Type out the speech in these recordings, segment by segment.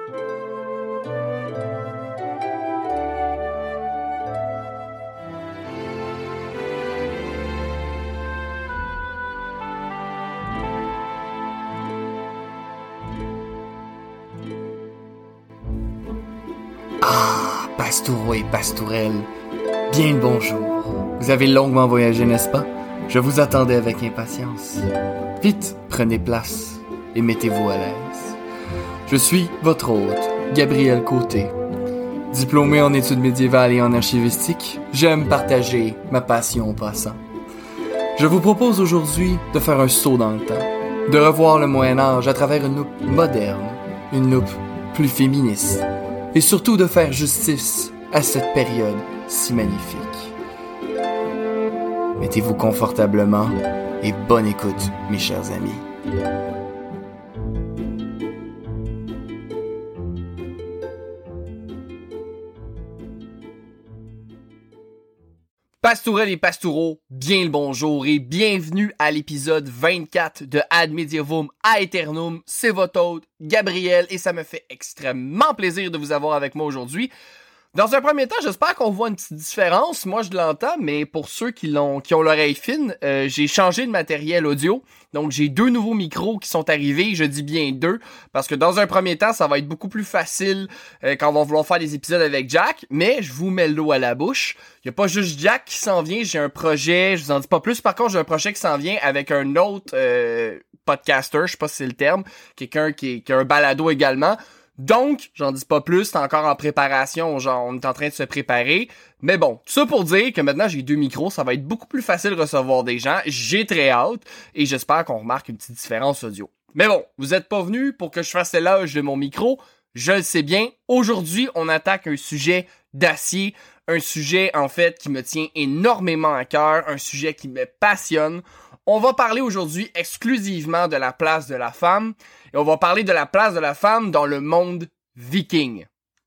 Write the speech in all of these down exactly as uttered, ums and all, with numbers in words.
Ah, Pastoureau et Pastourelle, bien le bonjour. Vous avez longuement voyagé, n'est-ce pas? Je vous attendais avec impatience. Vite, prenez place et mettez-vous à l'aise. Je suis votre hôte, Gabriel Côté. Diplômé en études médiévales et en archivistique, j'aime partager ma passion au passant. Je vous propose aujourd'hui de faire un saut dans le temps, de revoir le Moyen-Âge à travers une loupe moderne, une loupe plus féministe, et surtout de faire justice à cette période si magnifique. Mettez-vous confortablement et bonne écoute, mes chers amis. Pastourelles et Pastoureaux, bien le bonjour et bienvenue à l'épisode vingt-quatre de Ad Medievum Aeternum. C'est votre hôte, Gabriel, et ça me fait extrêmement plaisir de vous avoir avec moi aujourd'hui. Dans un premier temps, j'espère qu'on voit une petite différence. Moi, je l'entends, mais pour ceux qui l'ont, qui ont l'oreille fine, euh, j'ai changé de matériel audio. Donc, j'ai deux nouveaux micros qui sont arrivés. Je dis bien deux, parce que dans un premier temps, ça va être beaucoup plus facile euh, quand on va vouloir faire des épisodes avec Jack. Mais je vous mets l'eau à la bouche. Il n'y a pas juste Jack qui s'en vient. J'ai un projet, je vous en dis pas plus. Par contre, j'ai un projet qui s'en vient avec un autre euh, podcaster, je sais pas si c'est le terme. Quelqu'un qui, est, qui a un balado également. Donc, j'en dis pas plus, c'est encore en préparation, genre on est en train de se préparer. Mais bon, tout ça pour dire que maintenant j'ai deux micros, ça va être beaucoup plus facile de recevoir des gens. J'ai très hâte et j'espère qu'on remarque une petite différence audio. Mais bon, vous êtes pas venus pour que je fasse l'éloge de mon micro, je le sais bien. Aujourd'hui, on attaque un sujet d'acier, un sujet en fait qui me tient énormément à cœur, un sujet qui me passionne. On va parler aujourd'hui exclusivement de la place de la femme et on va parler de la place de la femme dans le monde viking.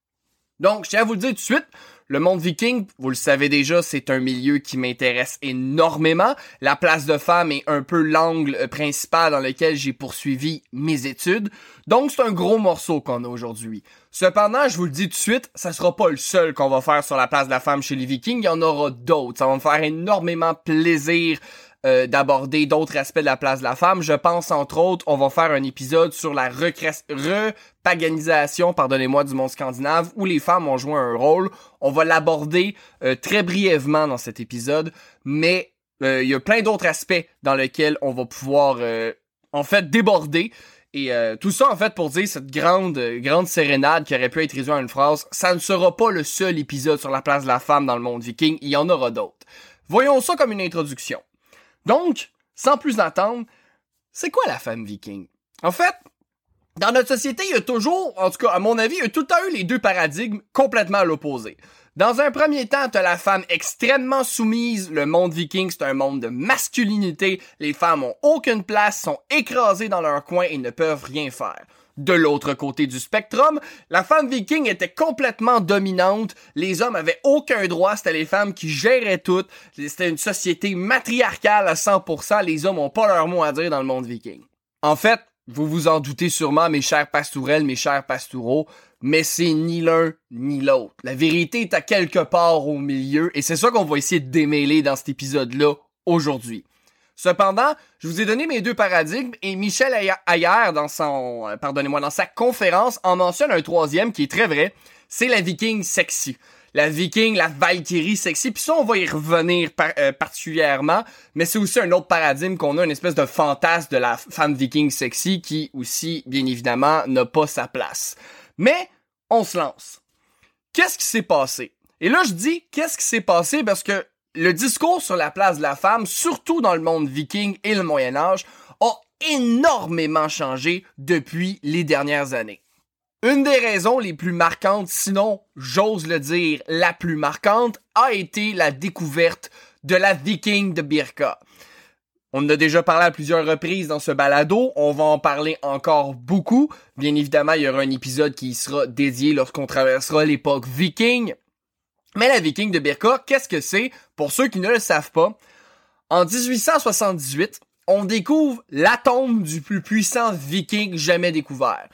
Donc, je tiens à vous le dire tout de suite, le monde viking, vous le savez déjà, c'est un milieu qui m'intéresse énormément. La place de femme est un peu l'angle principal dans lequel j'ai poursuivi mes études. Donc, c'est un gros morceau qu'on a aujourd'hui. Cependant, je vous le dis tout de suite, ça sera pas le seul qu'on va faire sur la place de la femme chez les vikings. Il y en aura d'autres. Ça va me faire énormément plaisir Euh, d'aborder d'autres aspects de la place de la femme. Je pense, entre autres, on va faire un épisode sur la recré- repaganisation, pardonnez-moi, du monde scandinave, où les femmes ont joué un rôle. On va l'aborder euh, très brièvement dans cet épisode, mais euh, il y a plein d'autres aspects dans lesquels on va pouvoir, euh, en fait, déborder. Et euh, tout ça, en fait, pour dire cette grande grande sérénade qui aurait pu être résumée en une phrase, ça ne sera pas le seul épisode sur la place de la femme dans le monde viking, il y en aura d'autres. Voyons ça comme une introduction. Donc, sans plus attendre, c'est quoi la femme viking? En fait, dans notre société, il y a toujours, en tout cas à mon avis, il y a tout le temps eu les deux paradigmes complètement à l'opposé. Dans un premier temps, t'as la femme extrêmement soumise, le monde viking c'est un monde de masculinité, les femmes ont aucune place, sont écrasées dans leur coin et ne peuvent rien faire. De l'autre côté du spectrum, la femme viking était complètement dominante, les hommes avaient aucun droit, c'était les femmes qui géraient tout, c'était une société matriarcale à cent pour cent, les hommes ont pas leur mot à dire dans le monde viking. En fait, vous vous en doutez sûrement, mes chères pastourelles, mes chers pastoureaux, mais c'est ni l'un ni l'autre. La vérité est à quelque part au milieu, et c'est ça qu'on va essayer de démêler dans cet épisode-là aujourd'hui. Cependant, je vous ai donné mes deux paradigmes et Michel Ayer, dans son, euh, pardonnez-moi, dans sa conférence, en mentionne un troisième qui est très vrai, c'est la viking sexy. La viking, la valkyrie sexy, puis ça, on va y revenir par, euh, particulièrement, mais c'est aussi un autre paradigme qu'on a, une espèce de fantasme de la femme viking sexy qui aussi, bien évidemment, n'a pas sa place. Mais, on se lance. Qu'est-ce qui s'est passé? Et là, je dis « qu'est-ce qui s'est passé » parce que le discours sur la place de la femme, surtout dans le monde viking et le Moyen-Âge, a énormément changé depuis les dernières années. Une des raisons les plus marquantes, sinon, j'ose le dire, la plus marquante, a été la découverte de la Viking de Birka. On en a déjà parlé à plusieurs reprises dans ce balado, on va en parler encore beaucoup. Bien évidemment, il y aura un épisode qui y sera dédié lorsqu'on traversera l'époque viking. Mais la Viking de Birka, qu'est-ce que c'est? Pour ceux qui ne le savent pas, en dix-huit cent soixante-dix-huit, on découvre la tombe du plus puissant viking jamais découvert.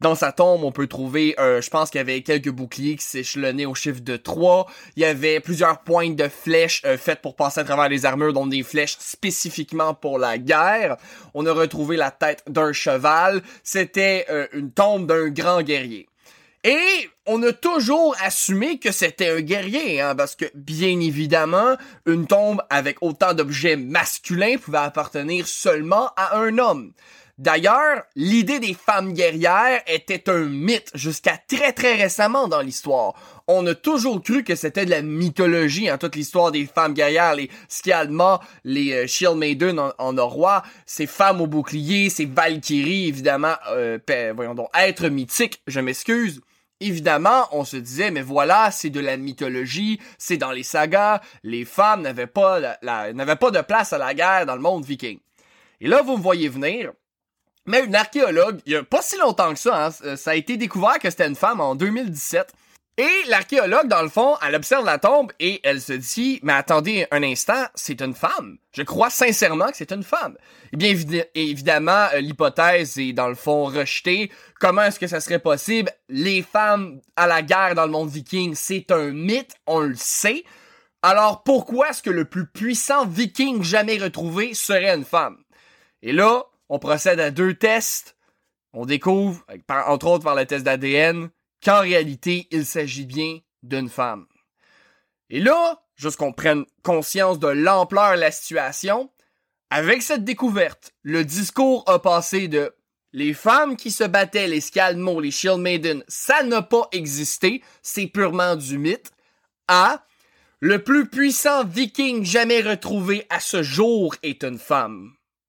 Dans sa tombe, on peut trouver, euh, je pense qu'il y avait quelques boucliers qui s'échelonnaient au chiffre de trois. Il y avait plusieurs pointes de flèches euh, faites pour passer à travers les armures, dont des flèches spécifiquement pour la guerre. On a retrouvé la tête d'un cheval. C'était euh, une tombe d'un grand guerrier. Et on a toujours assumé que c'était un guerrier, hein, parce que, bien évidemment, une tombe avec autant d'objets masculins pouvait appartenir seulement à un homme. D'ailleurs, l'idée des femmes guerrières était un mythe jusqu'à très très récemment dans l'histoire. On a toujours cru que c'était de la mythologie, hein, toute l'histoire des femmes guerrières, les Skialma, les euh, Shield Maiden en, en Norrois, ces femmes au bouclier, ces Valkyries, évidemment, euh, pe- voyons donc, êtres mythiques, je m'excuse. Évidemment, on se disait, mais voilà, c'est de la mythologie, c'est dans les sagas, les femmes n'avaient pas, la, la, n'avaient pas de place à la guerre dans le monde viking. Et là, vous me voyez venir. Mais une archéologue, il y a pas si longtemps que ça, hein, ça a été découvert que c'était une femme en deux mille dix-sept. Et l'archéologue, dans le fond, elle observe la tombe et elle se dit, mais attendez un instant, c'est une femme. Je crois sincèrement que c'est une femme. Eh bien, évi- évidemment, l'hypothèse est, dans le fond, rejetée. Comment est-ce que ça serait possible? Les femmes à la guerre dans le monde viking, c'est un mythe, on le sait. Alors, pourquoi est-ce que le plus puissant viking jamais retrouvé serait une femme? Et là, on procède à deux tests. On découvre, entre autres par le test d'A D N, qu'en réalité, il s'agit bien d'une femme. Et là, juste qu'on prenne conscience de l'ampleur de la situation, avec cette découverte, le discours a passé de « les femmes qui se battaient, les Skalmo, les Shield Maiden, ça n'a pas existé, c'est purement du mythe » à « le plus puissant viking jamais retrouvé à ce jour est une femme ».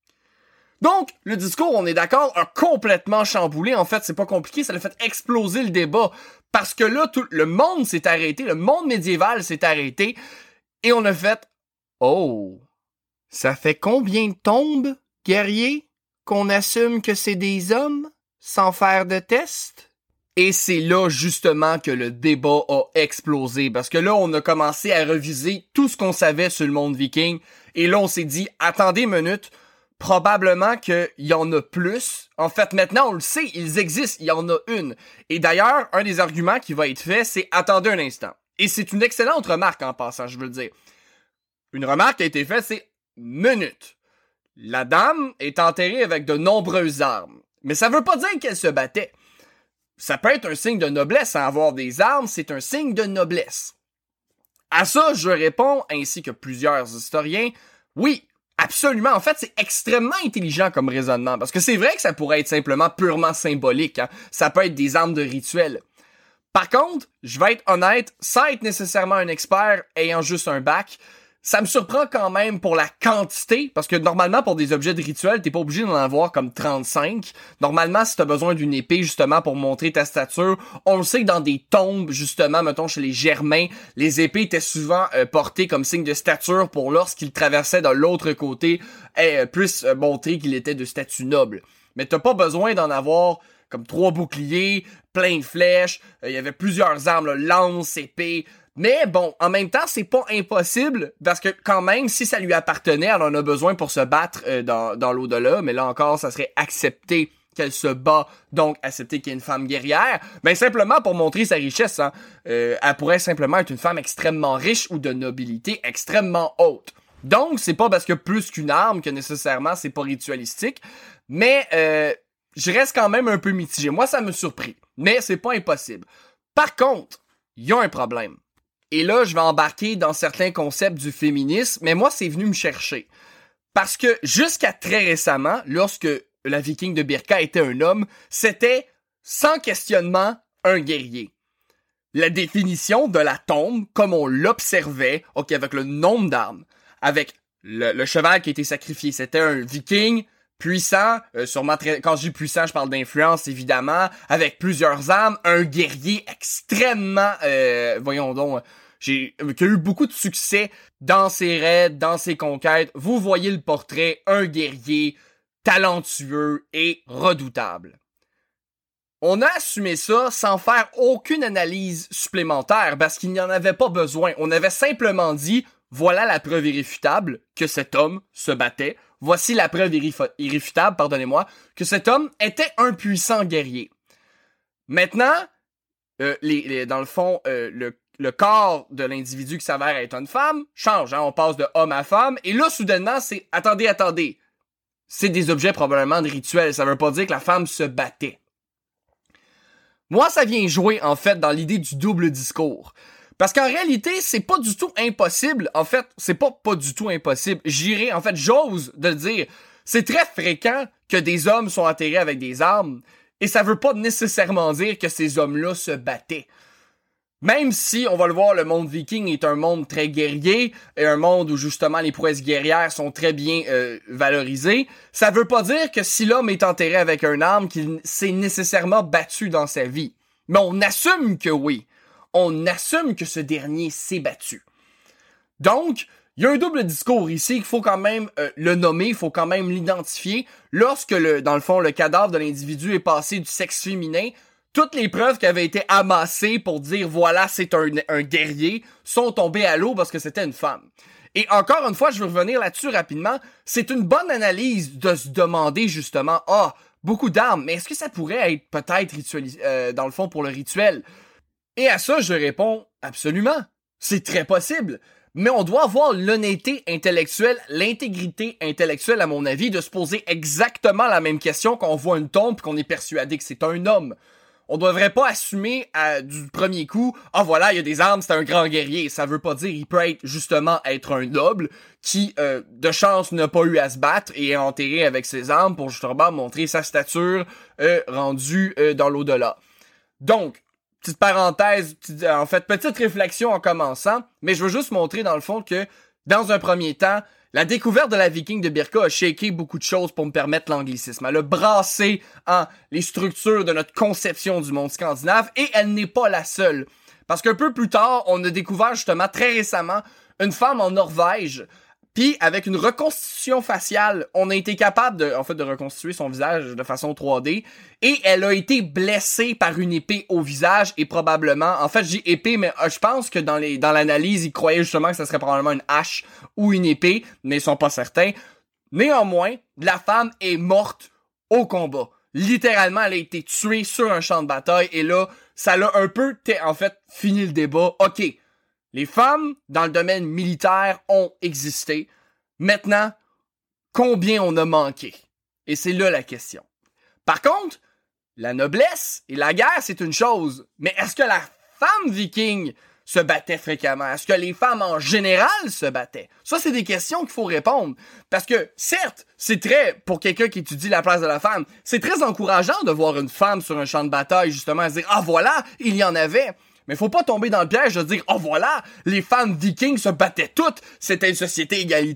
Donc, le discours, on est d'accord, a complètement chamboulé. En fait, c'est pas compliqué, ça a fait exploser le débat. Parce que là, tout le monde s'est arrêté, le monde médiéval s'est arrêté, et on a fait « Oh, ça fait combien de tombes, guerriers, qu'on assume que c'est des hommes, sans faire de test? » Et c'est là, justement, que le débat a explosé. Parce que là, on a commencé à reviser tout ce qu'on savait sur le monde viking. Et là, on s'est dit « Attendez une minute, probablement qu'il y en a plus. En fait, maintenant, on le sait, ils existent, il y en a une. » Et d'ailleurs, un des arguments qui va être fait, c'est « Attendez un instant. » Et c'est une excellente remarque en passant, je veux le dire. Une remarque qui a été faite, c'est « Minute. La dame est enterrée avec de nombreuses armes. Mais ça veut pas dire qu'elle se battait. Ça peut être un signe de noblesse, hein, avoir des armes, c'est un signe de noblesse. » À ça, je réponds, ainsi que plusieurs historiens, oui, absolument. En fait, c'est extrêmement intelligent comme raisonnement, parce que c'est vrai que ça pourrait être simplement purement symbolique, hein. Ça peut être des armes de rituel. Par contre, je vais être honnête, sans être nécessairement un expert ayant juste un bac, ça me surprend quand même pour la quantité, parce que normalement, pour des objets de rituel, t'es pas obligé d'en avoir comme trente-cinq. Normalement, si t'as besoin d'une épée, justement, pour montrer ta stature, on le sait que dans des tombes, justement, mettons, chez les Germains, les épées étaient souvent euh, portées comme signe de stature pour lorsqu'ils traversaient de l'autre côté, euh, puissent euh, montrer qu'il était de statut noble. Mais t'as pas besoin d'en avoir comme trois boucliers, plein de flèches, il euh, y avait plusieurs armes, là, lance, épée. Mais bon, en même temps, c'est pas impossible, parce que quand même, si ça lui appartenait, elle en a besoin pour se battre euh, dans, dans l'au-delà, mais là encore, ça serait accepter qu'elle se bat, donc accepter qu'il y ait une femme guerrière, ben simplement pour montrer sa richesse, hein. Euh, elle pourrait simplement être une femme extrêmement riche ou de nobilité extrêmement haute. Donc, c'est pas parce que plus qu'une arme que nécessairement c'est pas ritualistique, mais euh, je reste quand même un peu mitigé. Moi, ça me surprit, mais c'est pas impossible. Par contre, il y a un problème. Et là, je vais embarquer dans certains concepts du féminisme, mais moi, c'est venu me chercher. Parce que jusqu'à très récemment, lorsque la viking de Birka était un homme, c'était, sans questionnement, un guerrier. La définition de la tombe, comme on l'observait, ok, avec le nombre d'armes, avec le, le cheval qui a été sacrifié, c'était un viking puissant, euh, sûrement très, quand je dis puissant, je parle d'influence, évidemment, avec plusieurs armes, un guerrier extrêmement, euh, voyons donc, j'ai, qui a eu beaucoup de succès dans ses raids, dans ses conquêtes. Vous voyez le portrait, un guerrier talentueux et redoutable. On a assumé ça sans faire aucune analyse supplémentaire parce qu'il n'y en avait pas besoin. On avait simplement dit, voilà la preuve irréfutable que cet homme se battait. Voici la preuve irréf- irréfutable, pardonnez-moi, que cet homme était un puissant guerrier. Maintenant, euh, les, les, dans le fond, euh, le, le corps de l'individu qui s'avère être une femme change. Hein? On passe de homme à femme. Et là, soudainement, c'est... Attendez, attendez. C'est des objets probablement de rituel. Ça veut pas dire que la femme se battait. Moi, ça vient jouer, en fait, dans l'idée du double discours. Parce qu'en réalité, c'est pas du tout impossible. En fait, c'est pas pas du tout impossible. J'irais, en fait, j'ose de le dire. C'est très fréquent que des hommes sont atterrés avec des armes. Et ça veut pas nécessairement dire que ces hommes-là se battaient. Même si, on va le voir, le monde viking est un monde très guerrier, et un monde où justement les prouesses guerrières sont très bien euh, valorisées, ça veut pas dire que si l'homme est enterré avec une arme, qu'il s'est nécessairement battu dans sa vie. Mais on assume que oui. On assume que ce dernier s'est battu. Donc, il y a un double discours ici qu'il faut quand même euh, le nommer, il faut quand même l'identifier. Lorsque, le, dans le fond, le cadavre de l'individu est passé du sexe féminin, toutes les preuves qui avaient été amassées pour dire « voilà, c'est un, un guerrier » sont tombées à l'eau parce que c'était une femme. Et encore une fois, je veux revenir là-dessus rapidement, c'est une bonne analyse de se demander justement « ah, beaucoup d'armes, mais est-ce que ça pourrait être peut-être ritualisé, euh, dans le fond pour le rituel ?» Et à ça, je réponds « absolument, c'est très possible ». Mais on doit avoir l'honnêteté intellectuelle, l'intégrité intellectuelle, à mon avis, de se poser exactement la même question quand on voit une tombe et qu'on est persuadé que c'est un homme. On devrait pas assumer à, du premier coup, ah voilà, il y a des armes, c'est un grand guerrier. Ça veut pas dire il peut être justement être un noble qui, euh, de chance, n'a pas eu à se battre et est enterré avec ses armes pour justement montrer sa stature euh, rendue euh, dans l'au-delà. Donc, petite parenthèse, petite, en fait, petite réflexion en commençant, mais je veux juste montrer dans le fond que, dans un premier temps, la découverte de la Viking de Birka a shaké beaucoup de choses pour me permettre l'anglicisme. Elle a brassé hein, les structures de notre conception du monde scandinave et elle n'est pas la seule. Parce qu'un peu plus tard, on a découvert justement très récemment une femme en Norvège. Puis avec une reconstitution faciale, on a été capable de, en fait, de reconstituer son visage de façon trois D. Et elle a été blessée par une épée au visage et probablement, en fait, j'ai épée, mais euh, je pense que dans les, dans l'analyse, ils croyaient justement que ça serait probablement une hache ou une épée, mais ils sont pas certains. Néanmoins, la femme est morte au combat. Littéralement, elle a été tuée sur un champ de bataille et là, ça l'a un peu, en fait, fini le débat. OK. Les femmes, dans le domaine militaire, ont existé. Maintenant, combien on a manqué? Et c'est là la question. Par contre, la noblesse et la guerre, c'est une chose. Mais est-ce que la femme viking se battait fréquemment? Est-ce que les femmes en général se battaient? Ça, c'est des questions qu'il faut répondre. Parce que, certes, c'est très, pour quelqu'un qui étudie la place de la femme, c'est très encourageant de voir une femme sur un champ de bataille, justement, à se dire « Ah, voilà, il y en avait ». Mais faut pas tomber dans le piège de dire « Oh voilà, les femmes vikings se battaient toutes, c'était une société égalitaire ».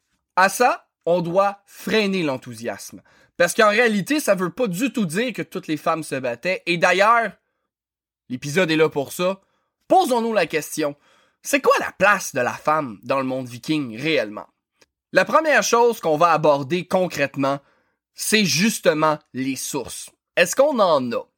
À ça, on doit freiner l'enthousiasme. Parce qu'en réalité, ça veut pas du tout dire que toutes les femmes se battaient. Et d'ailleurs, l'épisode est là pour ça. Posons-nous la question, c'est quoi la place de la femme dans le monde viking réellement? La première chose qu'on va aborder concrètement, c'est justement les sources. Est-ce qu'on en a?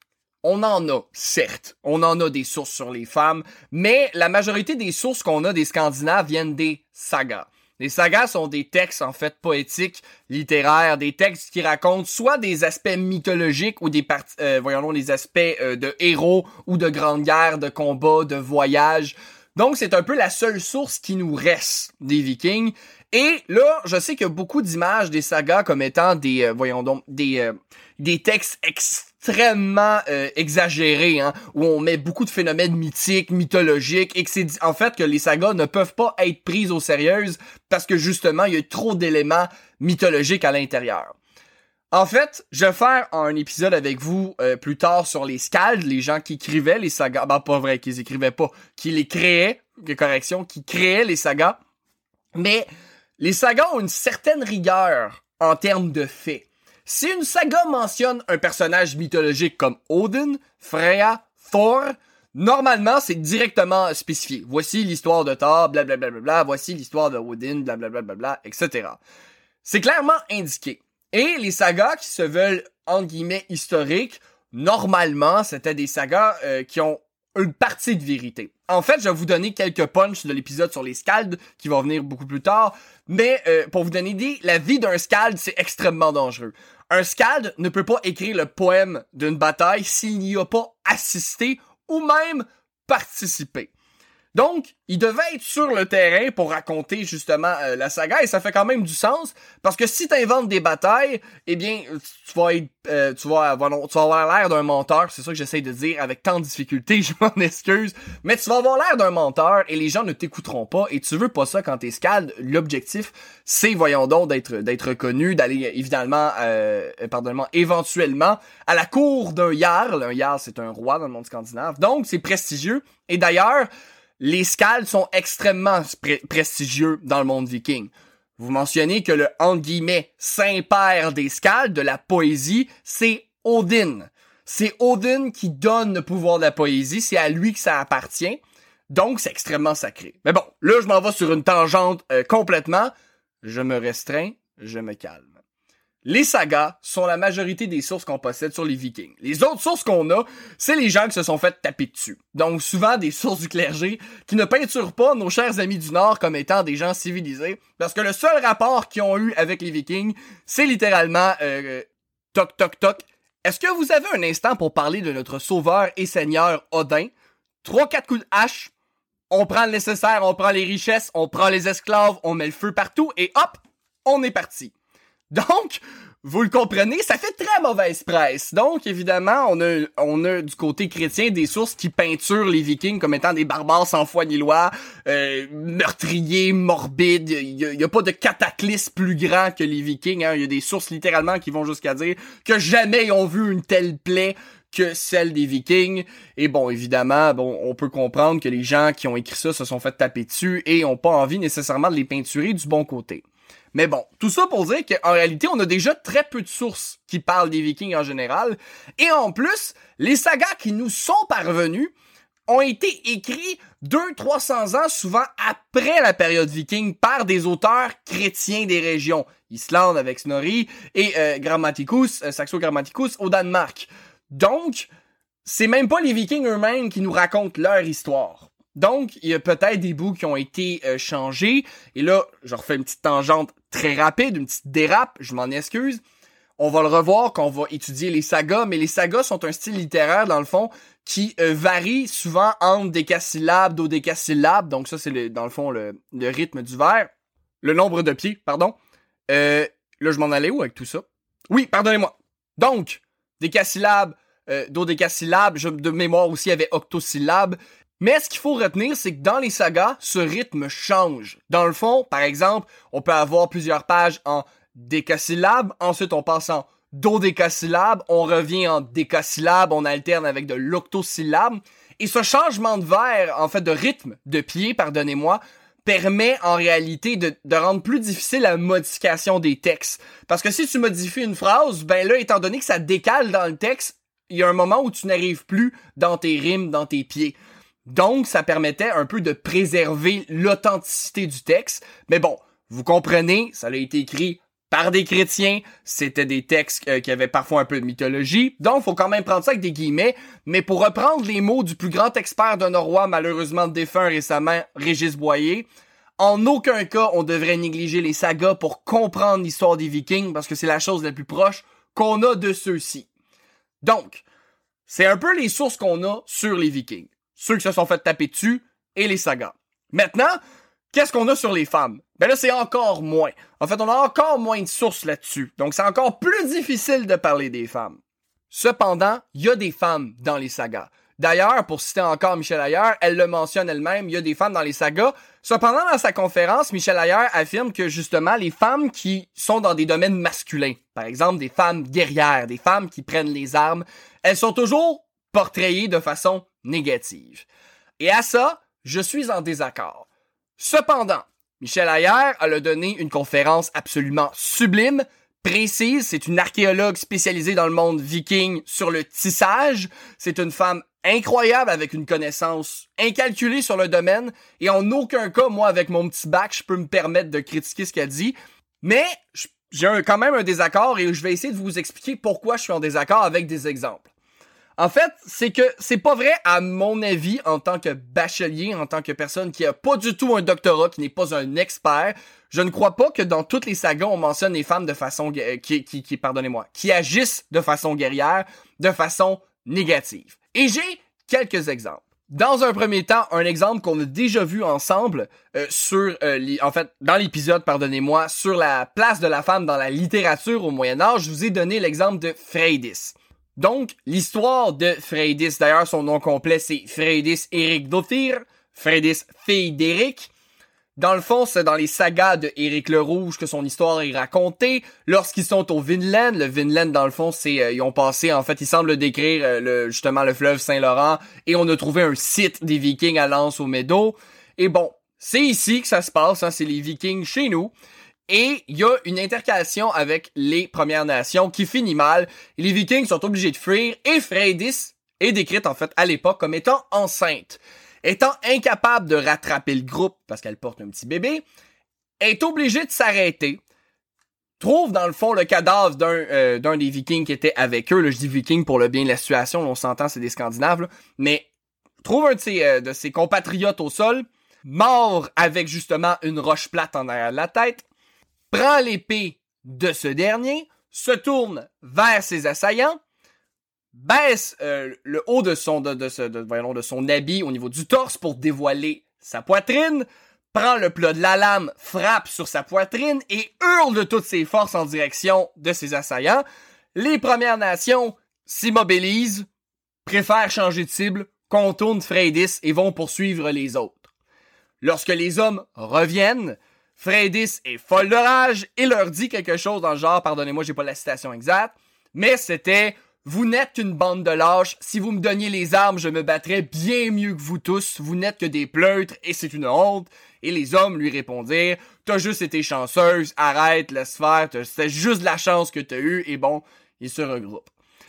On en a, certes. On en a des sources sur les femmes, mais la majorité des sources qu'on a des Scandinaves viennent des sagas. Les sagas sont des textes, en fait, poétiques, littéraires, des textes qui racontent soit des aspects mythologiques ou des parties, euh, voyons des aspects euh, de héros ou de grandes guerres, de combats, de voyages. Donc, c'est un peu la seule source qui nous reste des Vikings. Et là, je sais qu'il y a beaucoup d'images des sagas comme étant des, euh, voyons donc, des, euh, des textes extrêmement euh, exagérés, hein, où on met beaucoup de phénomènes mythiques, mythologiques, et que c'est en fait que les sagas ne peuvent pas être prises au sérieux parce que justement, il y a trop d'éléments mythologiques à l'intérieur. En fait, je vais faire un épisode avec vous euh, plus tard sur les Skalds, les gens qui écrivaient les sagas. Ben, pas vrai, qu'ils écrivaient pas, qui les créaient, correction, qui créaient les sagas. Mais les sagas ont une certaine rigueur en termes de faits. Si une saga mentionne un personnage mythologique comme Odin, Freya, Thor, normalement, c'est directement spécifié. Voici l'histoire de Thor, blablabla, bla, bla, bla, voici l'histoire de Odin, blablabla, bla, bla, bla, et cetera. C'est clairement indiqué. Et les sagas qui se veulent, entre guillemets, historiques, normalement, c'était des sagas euh, qui ont une partie de vérité. En fait, je vais vous donner quelques punchs de l'épisode sur les Skalds, qui va venir beaucoup plus tard, mais euh, pour vous donner une idée, la vie d'un Skald, c'est extrêmement dangereux. Un Skald ne peut pas écrire le poème d'une bataille s'il n'y a pas assisté ou même participé. Donc, il devait être sur le terrain pour raconter justement euh, la saga, et ça fait quand même du sens, parce que si t'inventes des batailles, eh bien, tu vas être, euh, tu vas avoir, tu vas avoir l'air d'un menteur, c'est ça que j'essaie de dire avec tant de difficultés, je m'en excuse, mais tu vas avoir l'air d'un menteur et les gens ne t'écouteront pas, et tu veux pas ça quand t'es Skald. L'objectif, c'est, voyons donc, d'être d'être reconnu, d'aller évidemment, euh, pardonnement, éventuellement, à la cour d'un Jarl. Un Jarl, c'est un roi dans le monde scandinave, donc c'est prestigieux, et d'ailleurs, les Skalds sont extrêmement pre- prestigieux dans le monde viking. Vous mentionnez que le, entre guillemets, saint-père des Skalds, de la poésie, c'est Odin. C'est Odin qui donne le pouvoir de la poésie, c'est à lui que ça appartient. Donc, c'est extrêmement sacré. Mais bon, là, je m'en vais sur une tangente euh, complètement. Je me restreins, je me calme. Les sagas sont la majorité des sources qu'on possède sur les Vikings. Les autres sources qu'on a, c'est les gens qui se sont fait taper dessus. Donc souvent des sources du clergé qui ne peinturent pas nos chers amis du Nord comme étant des gens civilisés, parce que le seul rapport qu'ils ont eu avec les Vikings, c'est littéralement euh, toc toc toc. Est-ce que vous avez un instant pour parler de notre sauveur et seigneur Odin? Trois, quatre coups de hache, on prend le nécessaire, on prend les richesses, on prend les esclaves, on met le feu partout et hop, on est parti. Donc, vous le comprenez, ça fait très mauvaise presse. Donc, évidemment, on a, on a du côté chrétien des sources qui peinturent les Vikings comme étant des barbares sans foi ni loi, euh, meurtriers, morbides. Il y, y a pas de cataclysme plus grand que les Vikings. Hein. Il y a des sources littéralement qui vont jusqu'à dire que jamais ils ont vu une telle plaie que celle des Vikings. Et bon, évidemment, bon, on peut comprendre que les gens qui ont écrit ça se sont fait taper dessus et ont pas envie nécessairement de les peinturer du bon côté. Mais bon, tout ça pour dire qu'en réalité, on a déjà très peu de sources qui parlent des Vikings en général. Et en plus, les sagas qui nous sont parvenus ont été écrits deux à trois cents ans, souvent après la période viking, par des auteurs chrétiens des régions. Islande avec Snorri et euh, Grammaticus, euh, Saxo Grammaticus au Danemark. Donc, c'est même pas les Vikings eux-mêmes qui nous racontent leur histoire. Donc, il y a peut-être des bouts qui ont été euh, changés. Et là, je refais une petite tangente très rapide, une petite dérape, je m'en excuse. On va le revoir quand on va étudier les sagas, mais les sagas sont un style littéraire, dans le fond, qui euh, varie souvent entre décasyllabes, dodécasyllabes. Donc ça, c'est le, dans le fond le, le rythme du vers. Le nombre de pieds, pardon. Euh, là, je m'en allais où avec tout ça? Oui, pardonnez-moi. Donc, décasyllabes, euh, dodécasyllabes, je, de mémoire aussi, il y avait octosyllabes. Mais ce qu'il faut retenir, c'est que dans les sagas, ce rythme change. Dans le fond, par exemple, on peut avoir plusieurs pages en décasyllabes, ensuite on passe en dodécasyllabes, on revient en décasyllabes, on alterne avec de l'octosyllabe. Et ce changement de vers, en fait de rythme, de pied, pardonnez-moi, permet en réalité de, de rendre plus difficile la modification des textes. Parce que si tu modifies une phrase, ben là, étant donné que ça décale dans le texte, il y a un moment où tu n'arrives plus dans tes rimes, dans tes pieds. Donc, ça permettait un peu de préserver l'authenticité du texte. Mais bon, vous comprenez, ça a été écrit par des chrétiens, c'était des textes euh, qui avaient parfois un peu de mythologie, donc faut quand même prendre ça avec des guillemets, mais pour reprendre les mots du plus grand expert de Norrois, malheureusement défunt récemment, Régis Boyer, en aucun cas on devrait négliger les sagas pour comprendre l'histoire des Vikings, parce que c'est la chose la plus proche qu'on a de ceux-ci. Donc, c'est un peu les sources qu'on a sur les Vikings, ceux qui se sont fait taper dessus, et les sagas. Maintenant, qu'est-ce qu'on a sur les femmes? Ben là, c'est encore moins. En fait, on a encore moins de sources là-dessus. Donc, c'est encore plus difficile de parler des femmes. Cependant, il y a des femmes dans les sagas. D'ailleurs, pour citer encore Michel Ayer, elle le mentionne elle-même, il y a des femmes dans les sagas. Cependant, dans sa conférence, Michel Ayer affirme que justement, les femmes qui sont dans des domaines masculins, par exemple des femmes guerrières, des femmes qui prennent les armes, elles sont toujours portrayées de façon négative. Et à ça, je suis en désaccord. Cependant, Michel Ayer, elle a donné une conférence absolument sublime, précise. C'est une archéologue spécialisée dans le monde viking sur le tissage. C'est une femme incroyable avec une connaissance incalculée sur le domaine. Et en aucun cas, moi, avec mon petit bac, je peux me permettre de critiquer ce qu'elle dit. Mais j'ai un, quand même un désaccord et je vais essayer de vous expliquer pourquoi je suis en désaccord avec des exemples. En fait, c'est que c'est pas vrai à mon avis en tant que bachelier, en tant que personne qui a pas du tout un doctorat, qui n'est pas un expert. Je ne crois pas que dans toutes les sagas on mentionne les femmes de façon gu- qui qui qui pardonnez-moi, qui agissent de façon guerrière, de façon négative. Et j'ai quelques exemples. Dans un premier temps, un exemple qu'on a déjà vu ensemble euh, sur, euh, les, en fait, dans l'épisode, pardonnez-moi, sur la place de la femme dans la littérature au Moyen-Âge, je vous ai donné l'exemple de Freydis. Donc, l'histoire de Freydis, d'ailleurs, son nom complet, c'est Freydis Erikdottir, Freydis fille d'Éric. Dans le fond, c'est dans les sagas de Éric le Rouge que son histoire est racontée. Lorsqu'ils sont au Vinland, le Vinland, dans le fond, c'est euh, ils ont passé, en fait, ils semblent décrire euh, le, justement le fleuve Saint-Laurent, et on a trouvé un site des Vikings à Lens-aux-Meadows. Et bon, c'est ici que ça se passe, hein, c'est les Vikings chez nous. Et il y a une intercalation avec les Premières Nations qui finit mal. Et les Vikings sont obligés de fuir, et Freydis est décrite, en fait, à l'époque comme étant enceinte. Étant incapable de rattraper le groupe parce qu'elle porte un petit bébé, est obligée de s'arrêter, trouve dans le fond le cadavre d'un euh, d'un des Vikings qui était avec eux. Là, je dis Vikings pour le bien de la situation, là, on s'entend, c'est des Scandinaves, là, mais trouve un de ses, euh, de ses compatriotes au sol, mort avec justement une roche plate en arrière de la tête, prend l'épée de ce dernier, se tourne vers ses assaillants, baisse euh, le haut de son de, de, de, voyons, de son habit au niveau du torse pour dévoiler sa poitrine, prend le plat de la lame, frappe sur sa poitrine et hurle de toutes ses forces en direction de ses assaillants. Les Premières Nations s'immobilisent, préfèrent changer de cible, contournent Freydis et vont poursuivre les autres. Lorsque les hommes reviennent, Freydis est folle de rage et leur dit quelque chose dans le genre, pardonnez-moi, j'ai pas la citation exacte, mais c'était « Vous n'êtes qu'une bande de lâches. Si vous me donniez les armes, je me battrais bien mieux que vous tous. Vous n'êtes que des pleutres et c'est une honte. » Et les hommes lui répondirent « T'as juste été chanceuse. Arrête, laisse faire. C'est juste la chance que t'as eue. » Et bon, ils se regroupent.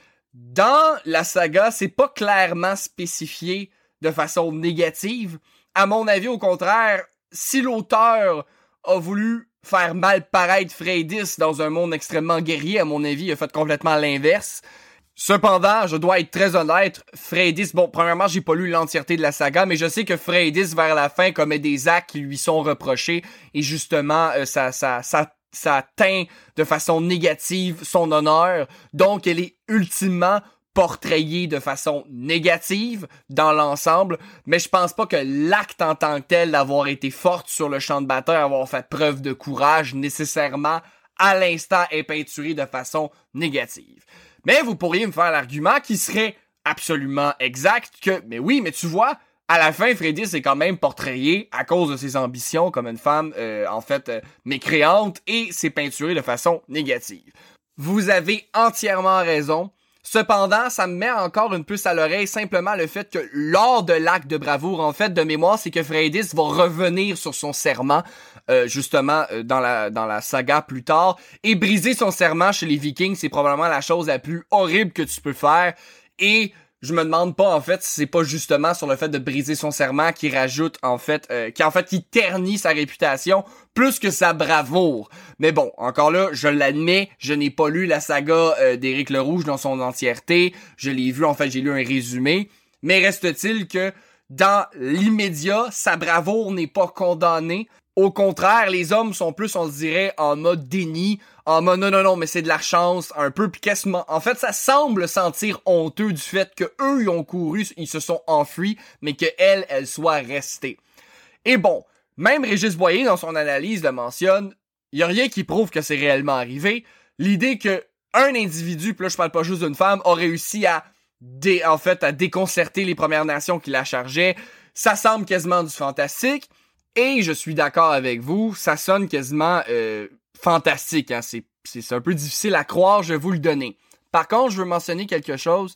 Dans la saga, c'est pas clairement spécifié de façon négative. À mon avis, au contraire, si l'auteur a voulu faire mal paraître Freydis dans un monde extrêmement guerrier, à mon avis, il a fait complètement l'inverse. Cependant, je dois être très honnête, Freydis, bon, premièrement, j'ai pas lu l'entièreté de la saga, mais je sais que Freydis, vers la fin, commet des actes qui lui sont reprochés, et justement, euh, ça, ça, ça, ça teint de façon négative son honneur, donc elle est ultimement portrayée de façon négative dans l'ensemble, mais je pense pas que l'acte en tant que tel d'avoir été forte sur le champ de bataille, avoir fait preuve de courage, nécessairement, à l'instant, est peinturé de façon négative. Mais vous pourriez me faire l'argument qui serait absolument exact que, mais oui, mais tu vois, à la fin, Freydis est quand même portrayée à cause de ses ambitions comme une femme, euh, en fait, euh, mécréante, et c'est peinturé de façon négative. Vous avez entièrement raison. Cependant, ça me met encore une puce à l'oreille simplement le fait que lors de l'acte de bravoure, en fait, de mémoire, c'est que Freydis va revenir sur son serment, euh, justement, euh, dans la dans la saga plus tard, et briser son serment chez les Vikings, c'est probablement la chose la plus horrible que tu peux faire, et je me demande pas, en fait, si c'est pas justement sur le fait de briser son serment qui rajoute, en fait, euh, qui en fait, qui ternit sa réputation plus que sa bravoure. Mais bon, encore là, je l'admets, je n'ai pas lu la saga euh, d'Éric le Rouge dans son entièreté. Je l'ai vu, en fait, j'ai lu un résumé. Mais reste-t-il que, dans l'immédiat, sa bravoure n'est pas condamnée. Au contraire, les hommes sont plus, on se dirait, en mode déni, en mode non, non, non, mais c'est de la chance, un peu, pis quasiment. En fait, ça semble sentir honteux du fait que eux, ils ont couru, ils se sont enfuis, mais que elle, elle soit restée. Et bon, même Régis Boyer, dans son analyse, le mentionne, il y a rien qui prouve que c'est réellement arrivé. L'idée que un individu, pis là, je parle pas juste d'une femme, a réussi à, dé, en fait, à déconcerter les Premières Nations qui la chargeaient, ça semble quasiment du fantastique. Et je suis d'accord avec vous, ça sonne quasiment euh, fantastique, hein? c'est, c'est, c'est un peu difficile à croire, je vais vous le donner. Par contre, je veux mentionner quelque chose.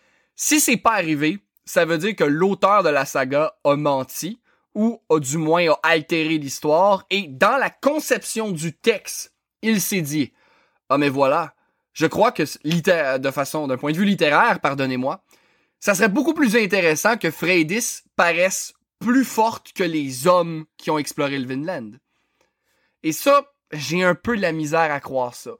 Si c'est pas arrivé, ça veut dire que l'auteur de la saga a menti, ou a du moins a altéré l'histoire, et dans la conception du texte, il s'est dit « Ah mais voilà, je crois que litté- de façon, d'un point de vue littéraire, pardonnez-moi, ça serait beaucoup plus intéressant que Freydis paraisse plus forte que les hommes qui ont exploré le Vinland. » Et ça, j'ai un peu de la misère à croire ça.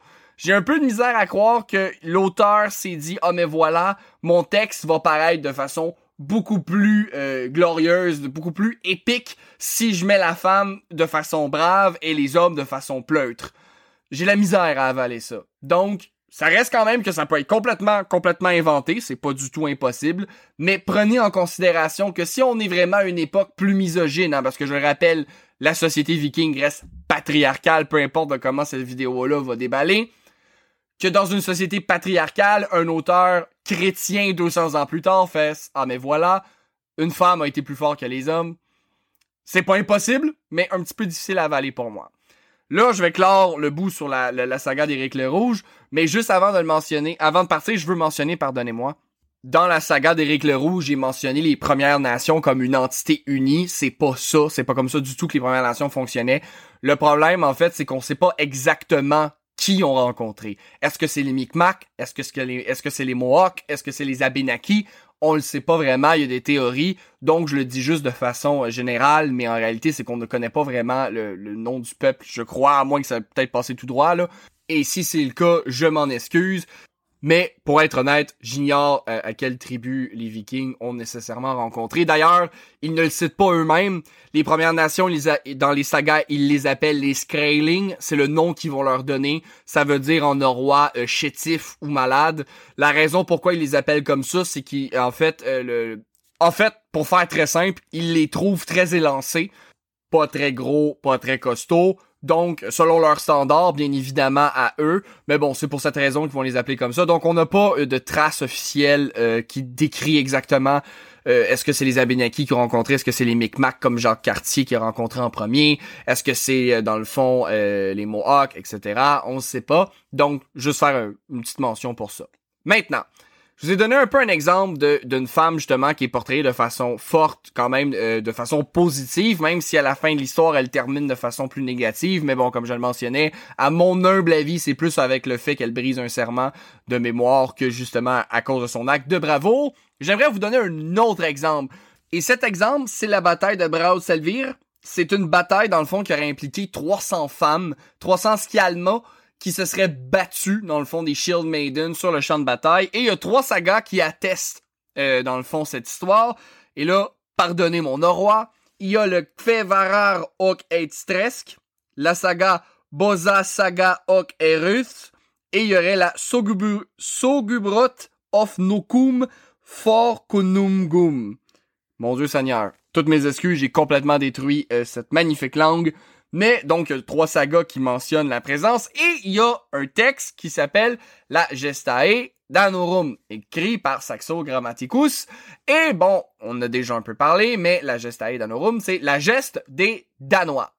J'ai un peu de misère à croire que l'auteur s'est dit « Ah, mais voilà, mon texte va paraître de façon beaucoup plus euh, glorieuse, beaucoup plus épique si je mets la femme de façon brave et les hommes de façon pleutre. » J'ai la misère à avaler ça. Donc, ça reste quand même que ça peut être complètement, complètement inventé, c'est pas du tout impossible, mais prenez en considération que si on est vraiment à une époque plus misogyne, hein, parce que je le rappelle, la société viking reste patriarcale, peu importe de comment cette vidéo-là va déballer, que dans une société patriarcale, un auteur chrétien deux cents ans plus tard fait « Ah mais voilà, une femme a été plus forte que les hommes ». C'est pas impossible, mais un petit peu difficile à avaler pour moi. Là, je vais clore le bout sur la, la, la saga d'Éric le Rouge, mais juste avant de le mentionner, avant de partir, je veux mentionner, pardonnez-moi, dans la saga d'Éric le Rouge, j'ai mentionné les Premières Nations comme une entité unie. C'est pas ça, c'est pas comme ça du tout que les Premières Nations fonctionnaient. Le problème, en fait, c'est qu'on sait pas exactement qui ont rencontré. Est-ce que c'est les Micmacs? Est-ce que c'est les, est-ce que c'est les Mohawks? Est-ce que c'est les Abénaquis? On le sait pas vraiment, il y a des théories, donc je le dis juste de façon générale, mais en réalité, c'est qu'on ne connaît pas vraiment le, le nom du peuple, je crois, à moins que ça ait peut-être passé tout droit, là. Et si c'est le cas, je m'en excuse. Mais, pour être honnête, j'ignore euh, à quelle tribu les Vikings ont nécessairement rencontré. D'ailleurs, ils ne le citent pas eux-mêmes. Les Premières Nations, ils a- dans les sagas, ils les appellent les Skraeling. C'est le nom qu'ils vont leur donner. Ça veut dire en norrois euh, chétif ou malade. La raison pourquoi ils les appellent comme ça, c'est qu'en fait, euh, le... en fait, pour faire très simple, ils les trouvent très élancés. Pas très gros, pas très costauds. Donc, selon leurs standards, bien évidemment, à eux. Mais bon, c'est pour cette raison qu'ils vont les appeler comme ça. Donc, on n'a pas euh, de trace officielle euh, qui décrit exactement euh, est-ce que c'est les Abénaquis qui ont rencontré, est-ce que c'est les Micmacs comme Jacques Cartier qui a rencontré en premier, est-ce que c'est, euh, dans le fond, euh, les Mohawks, et cetera. On ne sait pas. Donc, juste faire un, une petite mention pour ça. Maintenant, je vous ai donné un peu un exemple de, d'une femme, justement, qui est portrayée de façon forte, quand même, euh, de façon positive, même si à la fin de l'histoire, elle termine de façon plus négative. Mais bon, comme je le mentionnais, à mon humble avis, c'est plus avec le fait qu'elle brise un serment de mémoire que, justement, à cause de son acte de bravoure. J'aimerais vous donner un autre exemple. Et cet exemple, c'est la bataille de Braud-Selvir. C'est une bataille, dans le fond, qui aurait impliqué trois cents femmes, trois cents Skialma, qui se seraient battus, dans le fond, des Shield Maiden sur le champ de bataille. Et il y a trois sagas qui attestent, euh, dans le fond, cette histoire. Et là, pardonnez mon norrois, il y a le Kvevarar ok Eitstresk, la saga Boza saga ok Eruth, et il y aurait la Sogubu- Sogubrot of Nokum for Kunumgum. Mon Dieu Seigneur, toutes mes excuses, j'ai complètement détruit euh, cette magnifique langue. Mais donc, il y a trois sagas qui mentionnent la présence, et il y a un texte qui s'appelle la Gestae Danorum, écrit par Saxo Grammaticus. Et bon, on a déjà un peu parlé, mais la Gestae Danorum, c'est la geste des Danois.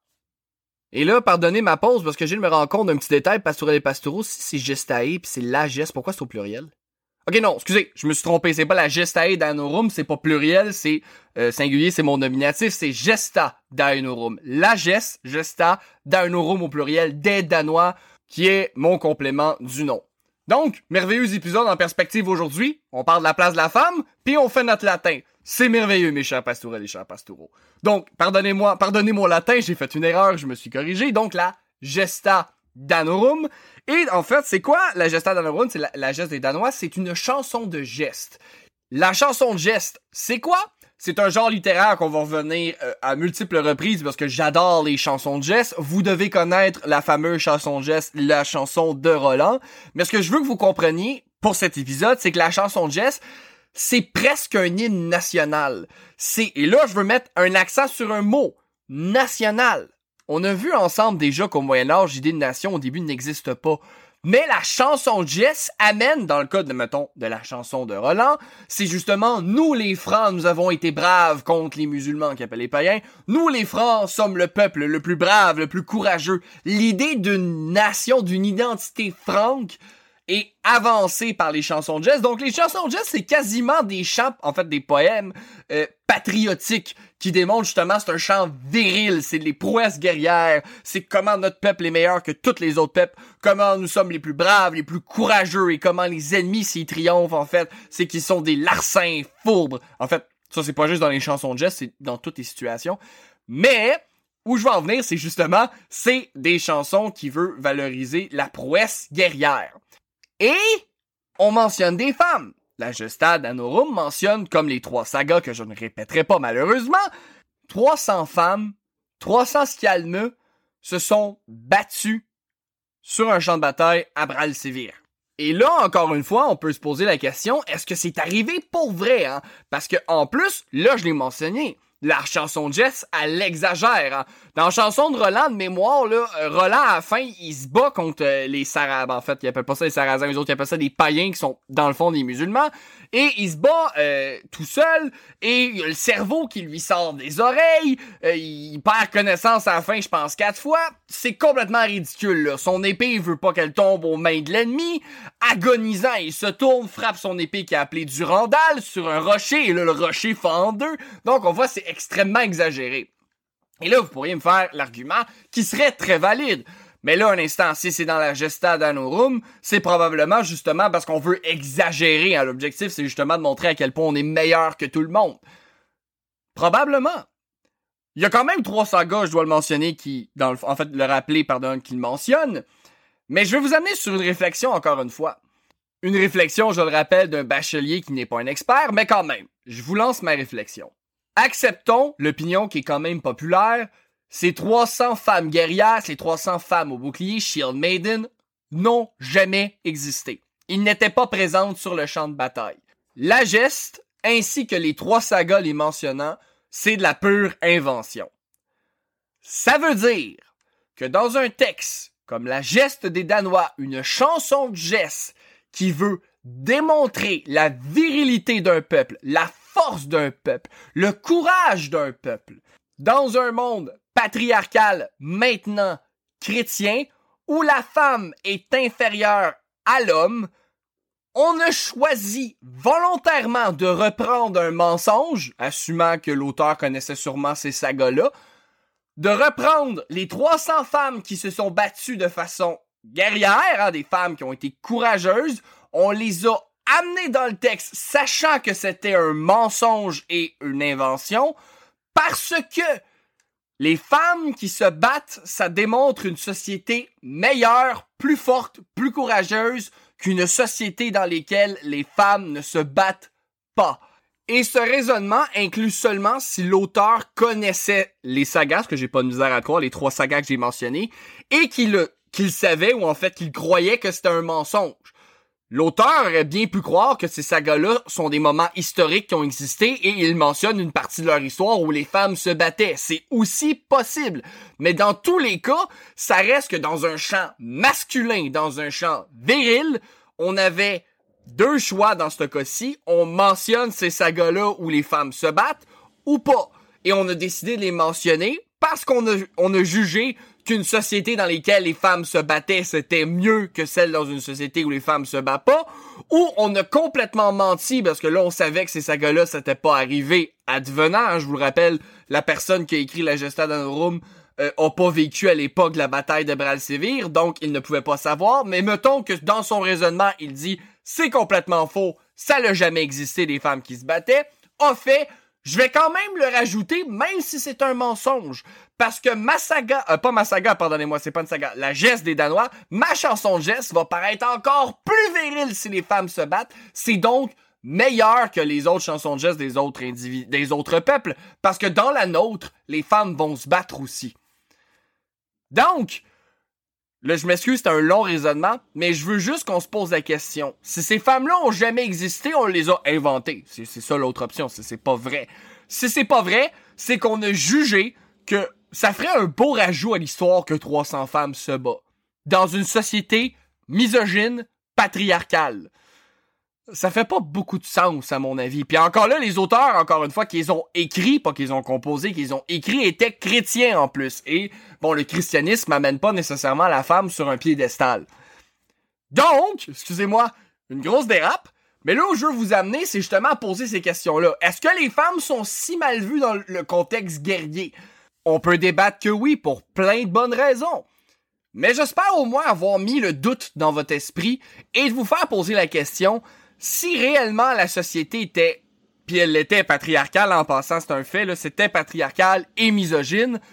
Et là, pardonnez ma pause, parce que j'ai me rendre compte d'un petit détail, Pastourel et Pastoureau, si c'est Gestae, puis c'est la geste, pourquoi c'est au pluriel? Ok, non, excusez, je me suis trompé, c'est pas la Gestae Danorum, c'est pas pluriel, c'est euh, singulier, c'est mon nominatif, c'est Gesta Danorum. La geste, Gesta Danorum au pluriel, des Danois, qui est mon complément du nom. Donc, merveilleux épisode en perspective aujourd'hui, on parle de la place de la femme, puis on fait notre latin. C'est merveilleux, mes chers pastourels et chers pastoureaux. Donc, pardonnez-moi, pardonnez mon latin, j'ai fait une erreur, je me suis corrigé, donc la Gesta Danorum. Et en fait, c'est quoi la Gesta Danorum? C'est la, la geste des Danois, c'est une chanson de geste. La chanson de geste, c'est quoi? C'est un genre littéraire qu'on va revenir euh, à multiples reprises parce que j'adore les chansons de geste. Vous devez connaître la fameuse chanson de geste, la chanson de Roland. Mais ce que je veux que vous compreniez pour cet épisode, c'est que la chanson de geste, c'est presque un hymne national. C'est, et là, je veux mettre un accent sur un mot, national. On a vu ensemble déjà qu'au Moyen-Âge, l'idée de nation au début n'existe pas. Mais la chanson de geste amène, dans le cas de, mettons, de la chanson de Roland, c'est justement, nous les Francs, nous avons été braves contre les musulmans qui appellent les païens. Nous les Francs sommes le peuple le plus brave, le plus courageux. L'idée d'une nation, d'une identité franque est avancée par les chansons de geste. Donc les chansons de geste, c'est quasiment des chants, en fait des poèmes euh, patriotiques qui démontrent justement c'est un chant viril, c'est les prouesses guerrières, c'est comment notre peuple est meilleur que tous les autres peuples, comment nous sommes les plus braves, les plus courageux et comment les ennemis s'y triomphent en fait, c'est qu'ils sont des larcins fourbes. En fait, ça c'est pas juste dans les chansons de geste, c'est dans toutes les situations. Mais où je veux en venir, c'est justement, c'est des chansons qui veulent valoriser la prouesse guerrière. Et on mentionne des femmes. La Gesta Danorum mentionne, comme les trois sagas que je ne répéterai pas malheureusement, trois cents femmes, trois cents Scialmeux se sont battus sur un champ de bataille à Bral-Sévir. Et là, encore une fois, on peut se poser la question, est-ce que c'est arrivé pour vrai, hein? Parce que, en plus, là, je l'ai mentionné, la chanson de Jess, elle l'exagère, hein? Dans la chanson de Roland, de mémoire, là, Roland, à la fin, il se bat contre euh, les Sarrasins. En fait, ils appellent pas ça les Sarrasins, les autres, ils appellent ça des païens qui sont, dans le fond, des musulmans. Et il se bat euh, tout seul, et il y a le cerveau qui lui sort des oreilles, euh, il perd connaissance à la fin, je pense, quatre fois. C'est complètement ridicule, là. Son épée, il veut pas qu'elle tombe aux mains de l'ennemi. Agonisant, il se tourne, frappe son épée qui est appelée Durandal sur un rocher, et là, le rocher fend en deux. Donc, on voit, c'est extrêmement exagéré. Et là, vous pourriez me faire l'argument qui serait très valide. Mais là, un instant, si c'est dans la Gesta Danorum, c'est probablement justement parce qu'on veut exagérer. Hein. L'objectif, c'est justement de montrer à quel point on est meilleur que tout le monde. Probablement. Il y a quand même trois sagas, je dois le mentionner, qui, dans le, en fait, le rappeler, pardon, qui le mentionnent. Mais je vais vous amener sur une réflexion, encore une fois. Une réflexion, je le rappelle, d'un bachelier qui n'est pas un expert, mais quand même, je vous lance ma réflexion. Acceptons l'opinion qui est quand même populaire. Ces trois cents femmes guerrières, ces trois cents femmes au bouclier, Shield Maiden, n'ont jamais existé. Ils n'étaient pas présentes sur le champ de bataille. La geste, ainsi que les trois sagas les mentionnant, c'est de la pure invention. Ça veut dire que dans un texte comme la geste des Danois, une chanson de geste qui veut démontrer la virilité d'un peuple, la force d'un peuple, le courage d'un peuple, dans un monde patriarcal maintenant chrétien, où la femme est inférieure à l'homme, on a choisi volontairement de reprendre un mensonge, assumant que l'auteur connaissait sûrement ces sagas-là, de reprendre les trois cents femmes qui se sont battues de façon guerrière, hein, des femmes qui ont été courageuses, on les a amenées dans le texte, sachant que c'était un mensonge et une invention, parce que les femmes qui se battent, ça démontre une société meilleure, plus forte, plus courageuse qu'une société dans laquelle les femmes ne se battent pas. Et ce raisonnement inclut seulement si l'auteur connaissait les sagas, ce que j'ai pas de misère à croire, les trois sagas que j'ai mentionnés, et qu'il qu'il savait, ou en fait qu'il croyait que c'était un mensonge. L'auteur aurait bien pu croire que ces sagas-là sont des moments historiques qui ont existé et il mentionne une partie de leur histoire où les femmes se battaient. C'est aussi possible. Mais dans tous les cas, ça reste que dans un champ masculin, dans un champ viril, on avait deux choix dans ce cas-ci. On mentionne ces sagas-là où les femmes se battent ou pas. Et on a décidé de les mentionner parce qu'on a, on a jugé qu'une société dans laquelle les femmes se battaient, c'était mieux que celle dans une société où les femmes se battent pas, ou on a complètement menti, parce que là, on savait que ces sagas-là, c'était pas arrivé advenant, hein, je vous le rappelle, la personne qui a écrit la Gesta Danorum euh, a pas vécu à l'époque de la bataille de Bral-Sévir, donc il ne pouvait pas savoir, mais mettons que dans son raisonnement, il dit, c'est complètement faux, ça n'a jamais existé des femmes qui se battaient, a fait, je vais quand même le rajouter, même si c'est un mensonge. Parce que ma saga, euh, pas ma saga, pardonnez-moi, c'est pas une saga, la geste des Danois, ma chanson geste va paraître encore plus virile si les femmes se battent. C'est donc meilleur que les autres chansons de geste des autres individus, des autres peuples. Parce que dans la nôtre, les femmes vont se battre aussi. Donc, là, je m'excuse, c'est un long raisonnement, mais je veux juste qu'on se pose la question. Si ces femmes-là ont jamais existé, on les a inventées. C'est, c'est ça l'autre option, c'est, c'est pas vrai. Si c'est pas vrai, c'est qu'on a jugé que ça ferait un beau rajout à l'histoire que trois cents femmes se battent. Dans une société misogyne, patriarcale. Ça fait pas beaucoup de sens, à mon avis. Puis encore là, les auteurs, encore une fois, qu'ils ont écrit, pas qu'ils ont composé, qu'ils ont écrit, étaient chrétiens en plus. Et, bon, le christianisme m'amène pas nécessairement la femme sur un piédestal. Donc, excusez-moi, une grosse dérape, mais là où je veux vous amener, c'est justement à poser ces questions-là. Est-ce que les femmes sont si mal vues dans le contexte guerrier? On peut débattre que oui, pour plein de bonnes raisons. Mais j'espère au moins avoir mis le doute dans votre esprit et de vous faire poser la question... Si réellement la société était, puis elle l'était patriarcale en passant, c'est un fait, là, c'était patriarcal et misogyne,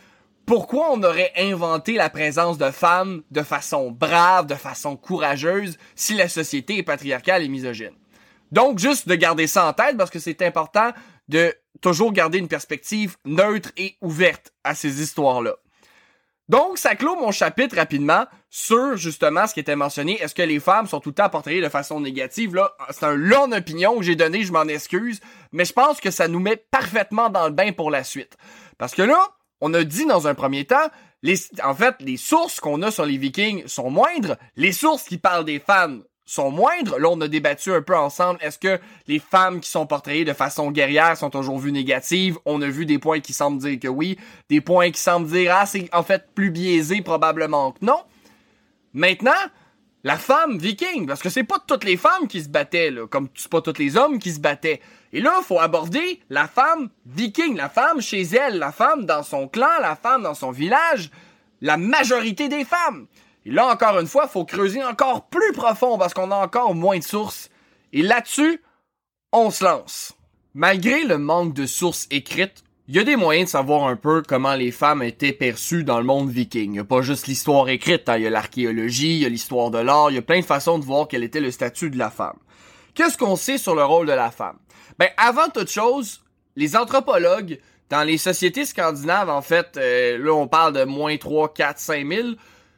pourquoi on aurait inventé la présence de femmes de façon brave, de façon courageuse, si la société est patriarcale et misogyne? Donc, juste de garder ça en tête, parce que c'est important de toujours garder une perspective neutre et ouverte à ces histoires-là. Donc, ça clôt mon chapitre rapidement sur, justement, ce qui était mentionné. Est-ce que les femmes sont tout le temps portrayées de façon négative? Là, c'est un long opinion que j'ai donné, je m'en excuse, mais je pense que ça nous met parfaitement dans le bain pour la suite. Parce que là, on a dit dans un premier temps, les, en fait, les sources qu'on a sur les Vikings sont moindres. Les sources qui parlent des femmes sont moindres. Là, on a débattu un peu ensemble. Est-ce que les femmes qui sont portrayées de façon guerrière sont toujours vues négatives? On a vu des points qui semblent dire que oui. Des points qui semblent dire, ah, c'est en fait plus biaisé probablement que non. Maintenant, la femme viking, parce que c'est pas toutes les femmes qui se battaient, là, comme c'est pas tous les hommes qui se battaient. Et là, il faut aborder la femme viking, la femme chez elle, la femme dans son clan, la femme dans son village, la majorité des femmes. Et là, encore une fois, il faut creuser encore plus profond parce qu'on a encore moins de sources. Et là-dessus, on se lance. Malgré le manque de sources écrites, il y a des moyens de savoir un peu comment les femmes étaient perçues dans le monde viking. Il n'y a pas juste l'histoire écrite, hein. Il y a l'archéologie, il y a l'histoire de l'art, il y a plein de façons de voir quel était le statut de la femme. Qu'est-ce qu'on sait sur le rôle de la femme? Ben, avant toute chose, les anthropologues, dans les sociétés scandinaves, en fait, euh, là on parle de moins trois, quatre, cinq mille,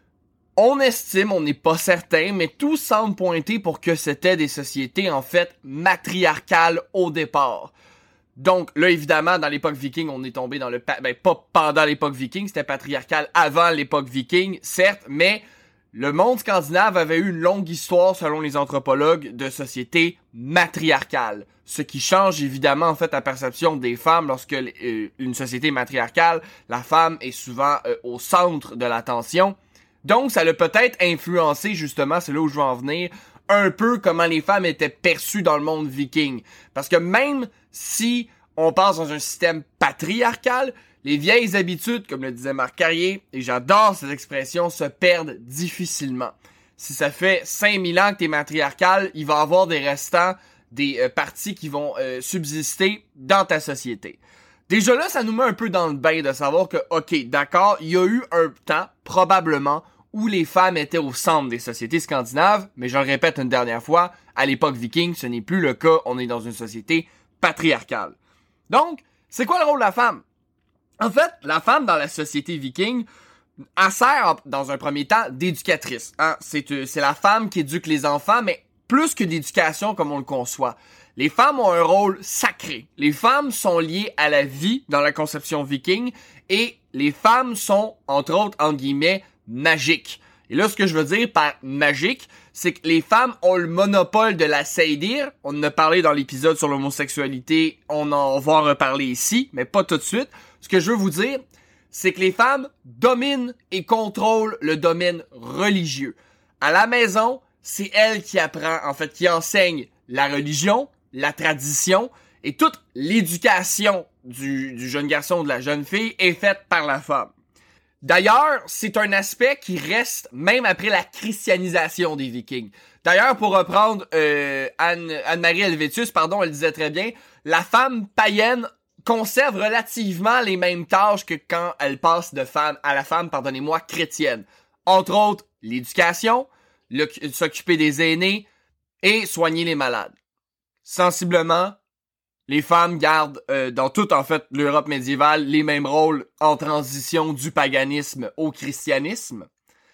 on estime, on n'est pas certain, mais tout semble pointer pour que c'était des sociétés, en fait, matriarcales au départ. Donc, là, évidemment, dans l'époque viking, on est tombé dans le... Pa- ben, pas pendant l'époque viking, c'était patriarcal avant l'époque viking, certes, mais le monde scandinave avait eu une longue histoire, selon les anthropologues, de sociétés matriarcales. Ce qui change, évidemment, en fait, la perception des femmes lorsque euh, une société matriarcale, la femme est souvent euh, au centre de l'attention. Donc, ça a peut-être influencé, justement, c'est là où je veux en venir, un peu comment les femmes étaient perçues dans le monde viking. Parce que même si on passe dans un système patriarcal, les vieilles habitudes, comme le disait Marc Carrier, et j'adore cette expression, se perdent difficilement. Si ça fait cinq mille ans que t'es matriarcal, il va y avoir des restants, des euh, parties qui vont euh, subsister dans ta société. Déjà là, ça nous met un peu dans le bain de savoir que, ok, d'accord, il y a eu un temps, probablement, où les femmes étaient au centre des sociétés scandinaves, mais je le répète une dernière fois, à l'époque viking, ce n'est plus le cas, on est dans une société patriarcale. Donc, c'est quoi le rôle de la femme? En fait, la femme dans la société viking, elle sert, dans un premier temps, d'éducatrice. Hein? C'est, euh, c'est la femme qui éduque les enfants, mais plus que d'éducation comme on le conçoit. Les femmes ont un rôle sacré. Les femmes sont liées à la vie dans la conception viking, et les femmes sont, entre autres, entre guillemets, magiques. Et là, ce que je veux dire par magique, c'est que les femmes ont le monopole de la seidir. On en a parlé dans l'épisode sur l'homosexualité, on en va en reparler ici, mais pas tout de suite. Ce que je veux vous dire, c'est que les femmes dominent et contrôlent le domaine religieux. À la maison, c'est elle qui apprend, en fait, qui enseigne la religion, la tradition, et toute l'éducation du, du jeune garçon ou de la jeune fille est faite par la femme. D'ailleurs, c'est un aspect qui reste même après la christianisation des Vikings. D'ailleurs, pour reprendre euh, Anne, Anne-Marie Helvétius, pardon, elle disait très bien, la femme païenne conserve relativement les mêmes tâches que quand elle passe de femme à la femme, pardonnez-moi, chrétienne. Entre autres, l'éducation, le, s'occuper des aînés et soigner les malades. Sensiblement, les femmes gardent, euh, dans toute, en fait, l'Europe médiévale, les mêmes rôles en transition du paganisme au christianisme.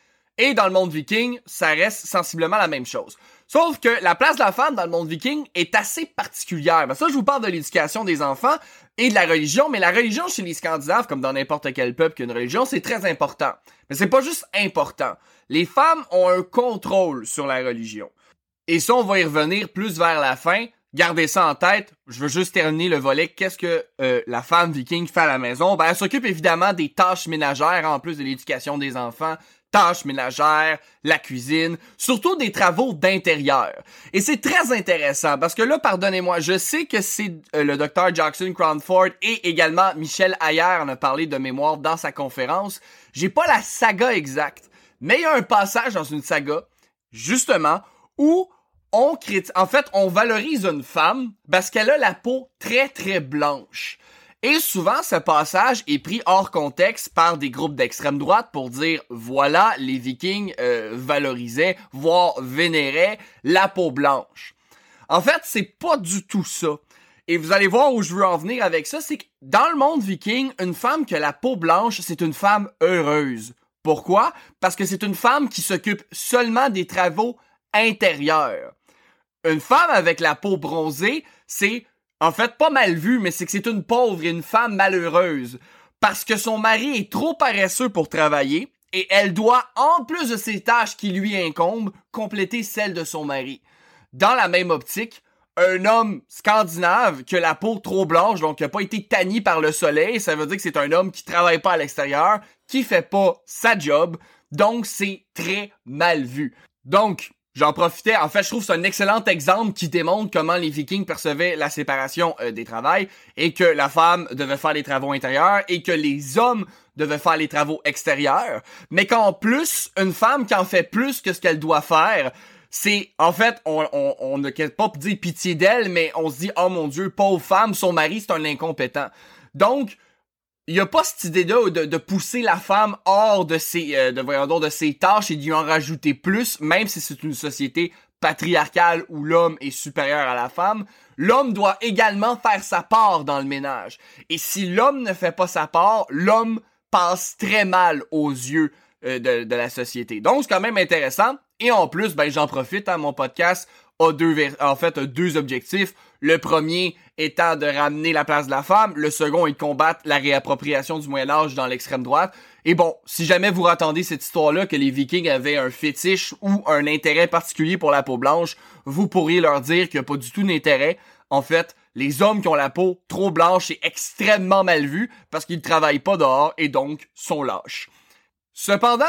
Et dans le monde viking, ça reste sensiblement la même chose. Sauf que la place de la femme dans le monde viking est assez particulière. Ben ça, je vous parle de l'éducation des enfants et de la religion, mais la religion chez les Scandinaves, comme dans n'importe quel peuple qui a une religion, c'est très important. Mais c'est pas juste important. Les femmes ont un contrôle sur la religion. Et ça, on va y revenir plus vers la fin. Gardez ça en tête, je veux juste terminer le volet. Qu'est-ce que euh, la femme viking fait à la maison? Ben, elle s'occupe évidemment des tâches ménagères, en plus de l'éducation des enfants, tâches ménagères, la cuisine, surtout des travaux d'intérieur. Et c'est très intéressant, parce que là, pardonnez-moi, je sais que c'est euh, le docteur Jackson Cranford et également Michel Ayer en a parlé de mémoire dans sa conférence. J'ai pas la saga exacte, mais il y a un passage dans une saga, justement, où on crée, en fait, on valorise une femme parce qu'elle a la peau très très blanche. Et souvent, ce passage est pris hors contexte par des groupes d'extrême droite pour dire, voilà, les Vikings euh, valorisaient, voire vénéraient la peau blanche. En fait, c'est pas du tout ça. Et vous allez voir où je veux en venir avec ça, c'est que dans le monde viking, une femme qui a la peau blanche, c'est une femme heureuse. Pourquoi? Parce que c'est une femme qui s'occupe seulement des travaux intérieurs. Une femme avec la peau bronzée, c'est en fait pas mal vu, mais c'est que c'est une pauvre et une femme malheureuse. Parce que son mari est trop paresseux pour travailler et elle doit, en plus de ses tâches qui lui incombent, compléter celles de son mari. Dans la même optique, un homme scandinave qui a la peau trop blanche, donc qui n'a pas été tanni par le soleil, ça veut dire que c'est un homme qui travaille pas à l'extérieur, qui fait pas sa job, donc c'est très mal vu. Donc, j'en profitais, en fait, je trouve que c'est un excellent exemple qui démontre comment les Vikings percevaient la séparation euh, des travails et que la femme devait faire les travaux intérieurs et que les hommes devaient faire les travaux extérieurs, mais qu'en plus, une femme qui en fait plus que ce qu'elle doit faire, c'est, en fait, on, on, on ne peut pas dire pitié d'elle, mais on se dit, oh mon Dieu, pauvre femme, son mari, c'est un incompétent. Donc, il y a pas cette idée-là de, de pousser la femme hors de ses, euh, de, voyons donc, de ses tâches et d'y en rajouter plus, même si c'est une société patriarcale où l'homme est supérieur à la femme. L'homme doit également faire sa part dans le ménage. Et si l'homme ne fait pas sa part, l'homme passe très mal aux yeux euh, de, de la société. Donc, c'est quand même intéressant. Et en plus, ben j'en profite, hein, mon podcast a deux, en fait, a deux objectifs. Le premier étant de ramener la place de la femme. Le second est de combattre la réappropriation du Moyen-Âge dans l'extrême droite. Et bon, si jamais vous rattendez cette histoire-là que les Vikings avaient un fétiche ou un intérêt particulier pour la peau blanche, vous pourriez leur dire qu'il n'y a pas du tout d'intérêt. En fait, les hommes qui ont la peau trop blanche, c'est extrêmement mal vu parce qu'ils ne travaillent pas dehors et donc sont lâches. Cependant,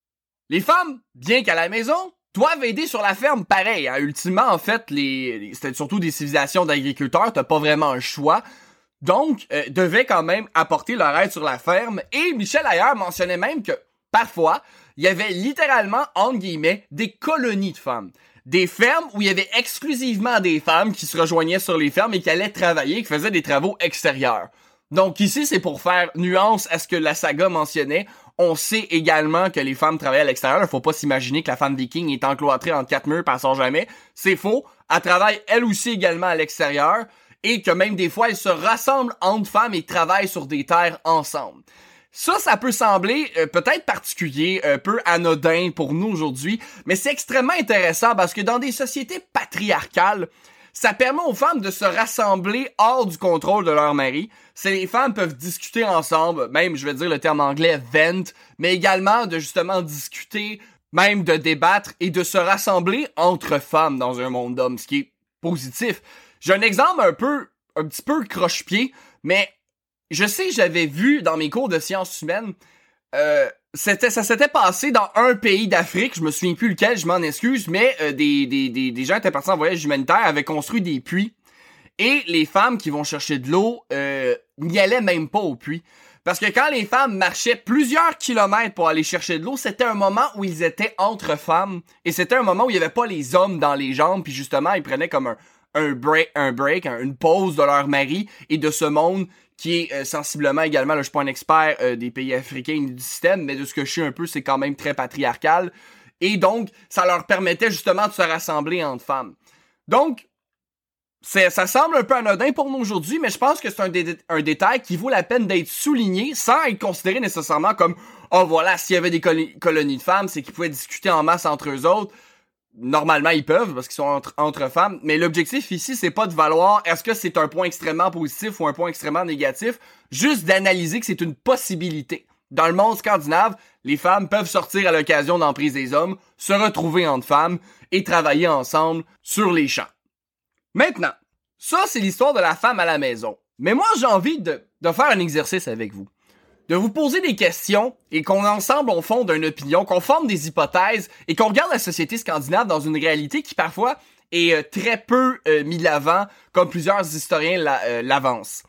les femmes, bien qu'à la maison, doivent aider sur la ferme pareil. Hein. Ultimement, en fait, les, les c'était surtout des civilisations d'agriculteurs, t'as pas vraiment un choix. Donc, euh, devaient quand même apporter leur aide sur la ferme. Et Michel Ayer mentionnait même que, parfois, il y avait littéralement, entre guillemets, des colonies de femmes. Des fermes où il y avait exclusivement des femmes qui se rejoignaient sur les fermes et qui allaient travailler, qui faisaient des travaux extérieurs. Donc ici, c'est pour faire nuance à ce que la saga mentionnait. On sait également que les femmes travaillent à l'extérieur. Il faut pas s'imaginer que la femme viking est encloîtrée entre quatre murs, passant jamais. C'est faux. Elle travaille elle aussi également à l'extérieur. Et que même des fois, elles se rassemblent entre femmes et travaillent sur des terres ensemble. Ça, ça peut sembler euh, peut-être particulier, un peu anodin pour nous aujourd'hui, mais c'est extrêmement intéressant parce que dans des sociétés patriarcales, ça permet aux femmes de se rassembler hors du contrôle de leur mari. C'est les femmes peuvent discuter ensemble, même, je vais dire le terme anglais, vent, mais également de justement discuter, même de débattre et de se rassembler entre femmes dans un monde d'hommes, ce qui est positif. J'ai un exemple un peu, un petit peu croche-pied, mais je sais, j'avais vu dans mes cours de sciences humaines, euh, c'était, ça s'était passé dans un pays d'Afrique, je me souviens plus lequel, je m'en excuse, mais euh, des, des, des, des gens étaient partis en voyage humanitaire, avaient construit des puits, et les femmes qui vont chercher de l'eau, euh, n'y allaient même pas au puits. Parce que quand les femmes marchaient plusieurs kilomètres pour aller chercher de l'eau, c'était un moment où ils étaient entre femmes, et c'était un moment où il y avait pas les hommes dans les jambes, puis justement, ils prenaient comme un, un break, un break, une pause de leur mari, et de ce monde qui est euh, sensiblement également, là, je suis pas un expert euh, des pays africains et du système, mais de ce que je sais un peu, c'est quand même très patriarcal. Et donc, ça leur permettait justement de se rassembler entre femmes. Donc, c'est, ça semble un peu anodin pour nous aujourd'hui, mais je pense que c'est un, dé- un détail qui vaut la peine d'être souligné sans être considéré nécessairement comme « Oh voilà, s'il y avait des col- colonies de femmes, c'est qu'ils pouvaient discuter en masse entre eux autres. » Normalement, ils peuvent, parce qu'ils sont entre, entre femmes, mais l'objectif ici, c'est pas de valoir est-ce que c'est un point extrêmement positif ou un point extrêmement négatif, juste d'analyser que c'est une possibilité. Dans le monde scandinave, les femmes peuvent sortir à l'occasion d'emprise des hommes, se retrouver entre femmes et travailler ensemble sur les champs. Maintenant, ça, c'est l'histoire de la femme à la maison. Mais moi, j'ai envie de, de faire un exercice avec vous. De vous poser des questions et qu'on ensemble on fonde une opinion, qu'on forme des hypothèses et qu'on regarde la société scandinave dans une réalité qui parfois est euh, très peu euh, mise de l'avant, comme plusieurs historiens la, euh, l'avancent.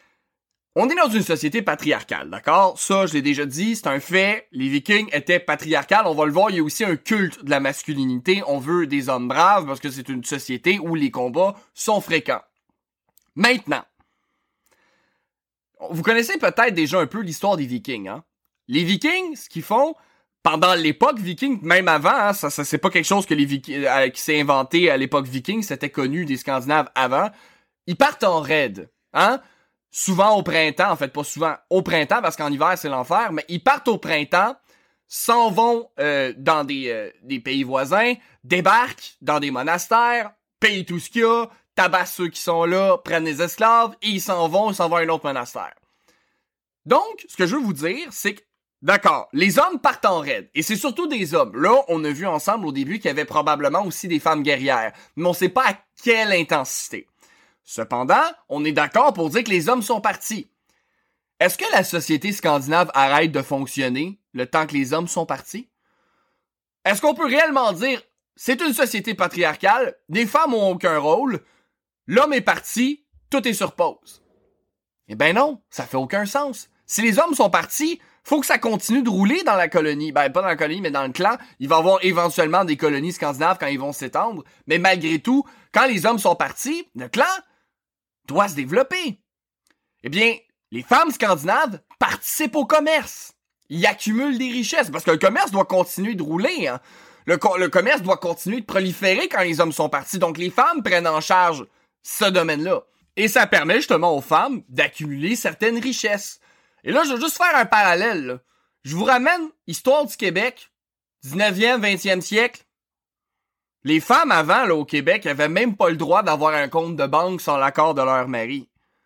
On est dans une société patriarcale, d'accord? Ça, je l'ai déjà dit, c'est un fait. Les Vikings étaient patriarcales. On va le voir, il y a aussi un culte de la masculinité. On veut des hommes braves parce que c'est une société où les combats sont fréquents. Maintenant, vous connaissez peut-être déjà un peu l'histoire des Vikings, hein? Les Vikings, ce qu'ils font, pendant l'époque viking, même avant, hein, ça, ça c'est pas quelque chose que les Vikings, euh, qui s'est inventé à l'époque viking, c'était connu des Scandinaves avant. Ils partent en raid, hein? Souvent au printemps, en fait pas souvent, au printemps, parce qu'en hiver c'est l'enfer, mais ils partent au printemps, s'en vont euh, dans des, euh, des pays voisins, débarquent dans des monastères, payent tout ce qu'il y a, tabassent ceux qui sont là, prennent des esclaves, et ils s'en vont, ils s'en vont à un autre monastère. Donc, ce que je veux vous dire, c'est que, d'accord, les hommes partent en raid, et c'est surtout des hommes. Là, on a vu ensemble au début qu'il y avait probablement aussi des femmes guerrières, mais on sait pas à quelle intensité. Cependant, on est d'accord pour dire que les hommes sont partis. Est-ce que la société scandinave arrête de fonctionner le temps que les hommes sont partis? Est-ce qu'on peut réellement dire c'est une société patriarcale, les femmes ont aucun rôle, l'homme est parti, tout est sur pause? Eh ben non, ça fait aucun sens. Si les hommes sont partis, faut que ça continue de rouler dans la colonie. Ben, pas dans la colonie, mais dans le clan. Il va y avoir éventuellement des colonies scandinaves quand ils vont s'étendre. Mais malgré tout, quand les hommes sont partis, le clan doit se développer. Eh bien, les femmes scandinaves participent au commerce. Ils accumulent des richesses, parce que le commerce doit continuer de rouler, hein. Le, co- le commerce doit continuer de proliférer quand les hommes sont partis. Donc, les femmes prennent en charge ce domaine-là. Et ça permet justement aux femmes d'accumuler certaines richesses. Et là, je veux juste faire un parallèle, là. Je vous ramène histoire du Québec, dix-neuvième, vingtième siècle. Les femmes avant, là, au Québec, avaient même pas le droit d'avoir un compte de banque sans l'accord de leur mari.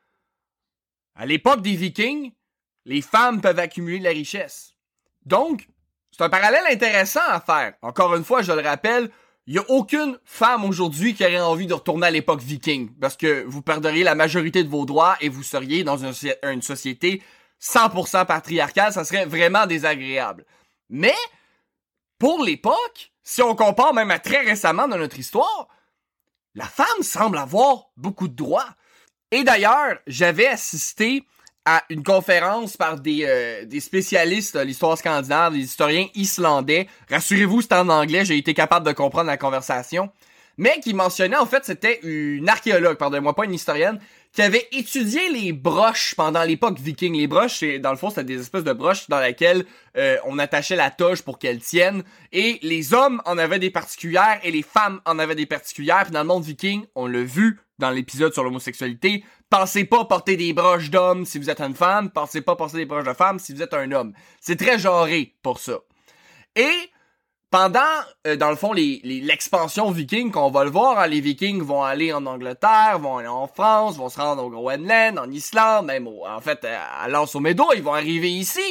À l'époque des Vikings, les femmes peuvent accumuler de la richesse. Donc, c'est un parallèle intéressant à faire. Encore une fois, je le rappelle, il y a aucune femme aujourd'hui qui aurait envie de retourner à l'époque viking, parce que vous perdriez la majorité de vos droits et vous seriez dans une, une société cent pour cent patriarcale, ça serait vraiment désagréable. Mais, pour l'époque, si on compare même à très récemment dans notre histoire, la femme semble avoir beaucoup de droits. Et d'ailleurs, j'avais assisté à une conférence par des, euh, des spécialistes de l'histoire scandinave, des historiens islandais. Rassurez-vous, c'était en anglais, j'ai été capable de comprendre la conversation. Mais qui mentionnait, en fait, c'était une archéologue, pardonnez-moi, pas une historienne, qui avait étudié les broches pendant l'époque viking. Les broches, c'est, dans le fond, c'était des espèces de broches dans lesquelles euh, on attachait la toge pour qu'elle tienne. Et les hommes en avaient des particulières et les femmes en avaient des particulières. Puis dans le monde viking, on l'a vu dans l'épisode sur l'homosexualité, pensez pas porter des broches d'hommes si vous êtes une femme, pensez pas porter des broches de femmes si vous êtes un homme. C'est très genré pour ça. Et pendant, euh, dans le fond, les, les, l'expansion viking, qu'on va le voir, hein, les Vikings vont aller en Angleterre, vont aller en France, vont se rendre au Groenland, en Islande, même au, en fait à l'Anse au Médo, ils vont arriver ici,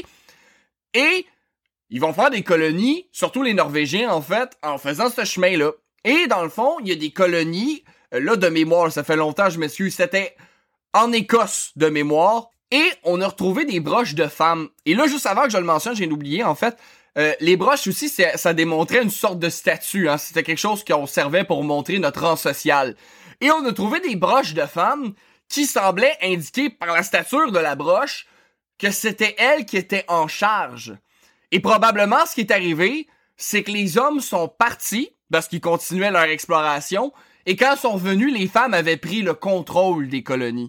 et ils vont faire des colonies, surtout les Norvégiens en fait, en faisant ce chemin-là. Et dans le fond, il y a des colonies, euh, là de mémoire, ça fait longtemps, je m'excuse, c'était en Écosse de mémoire, et on a retrouvé des broches de femmes. Et là, juste avant que je le mentionne, j'ai oublié en fait, Euh, les broches aussi, ça démontrait une sorte de statut, hein. C'était quelque chose qu'on servait pour montrer notre rang social. Et on a trouvé des broches de femmes qui semblaient indiquer par la stature de la broche que c'était elle qui était en charge. Et probablement, ce qui est arrivé, c'est que les hommes sont partis, parce qu'ils continuaient leur exploration, et quand ils sont revenus, les femmes avaient pris le contrôle des colonies.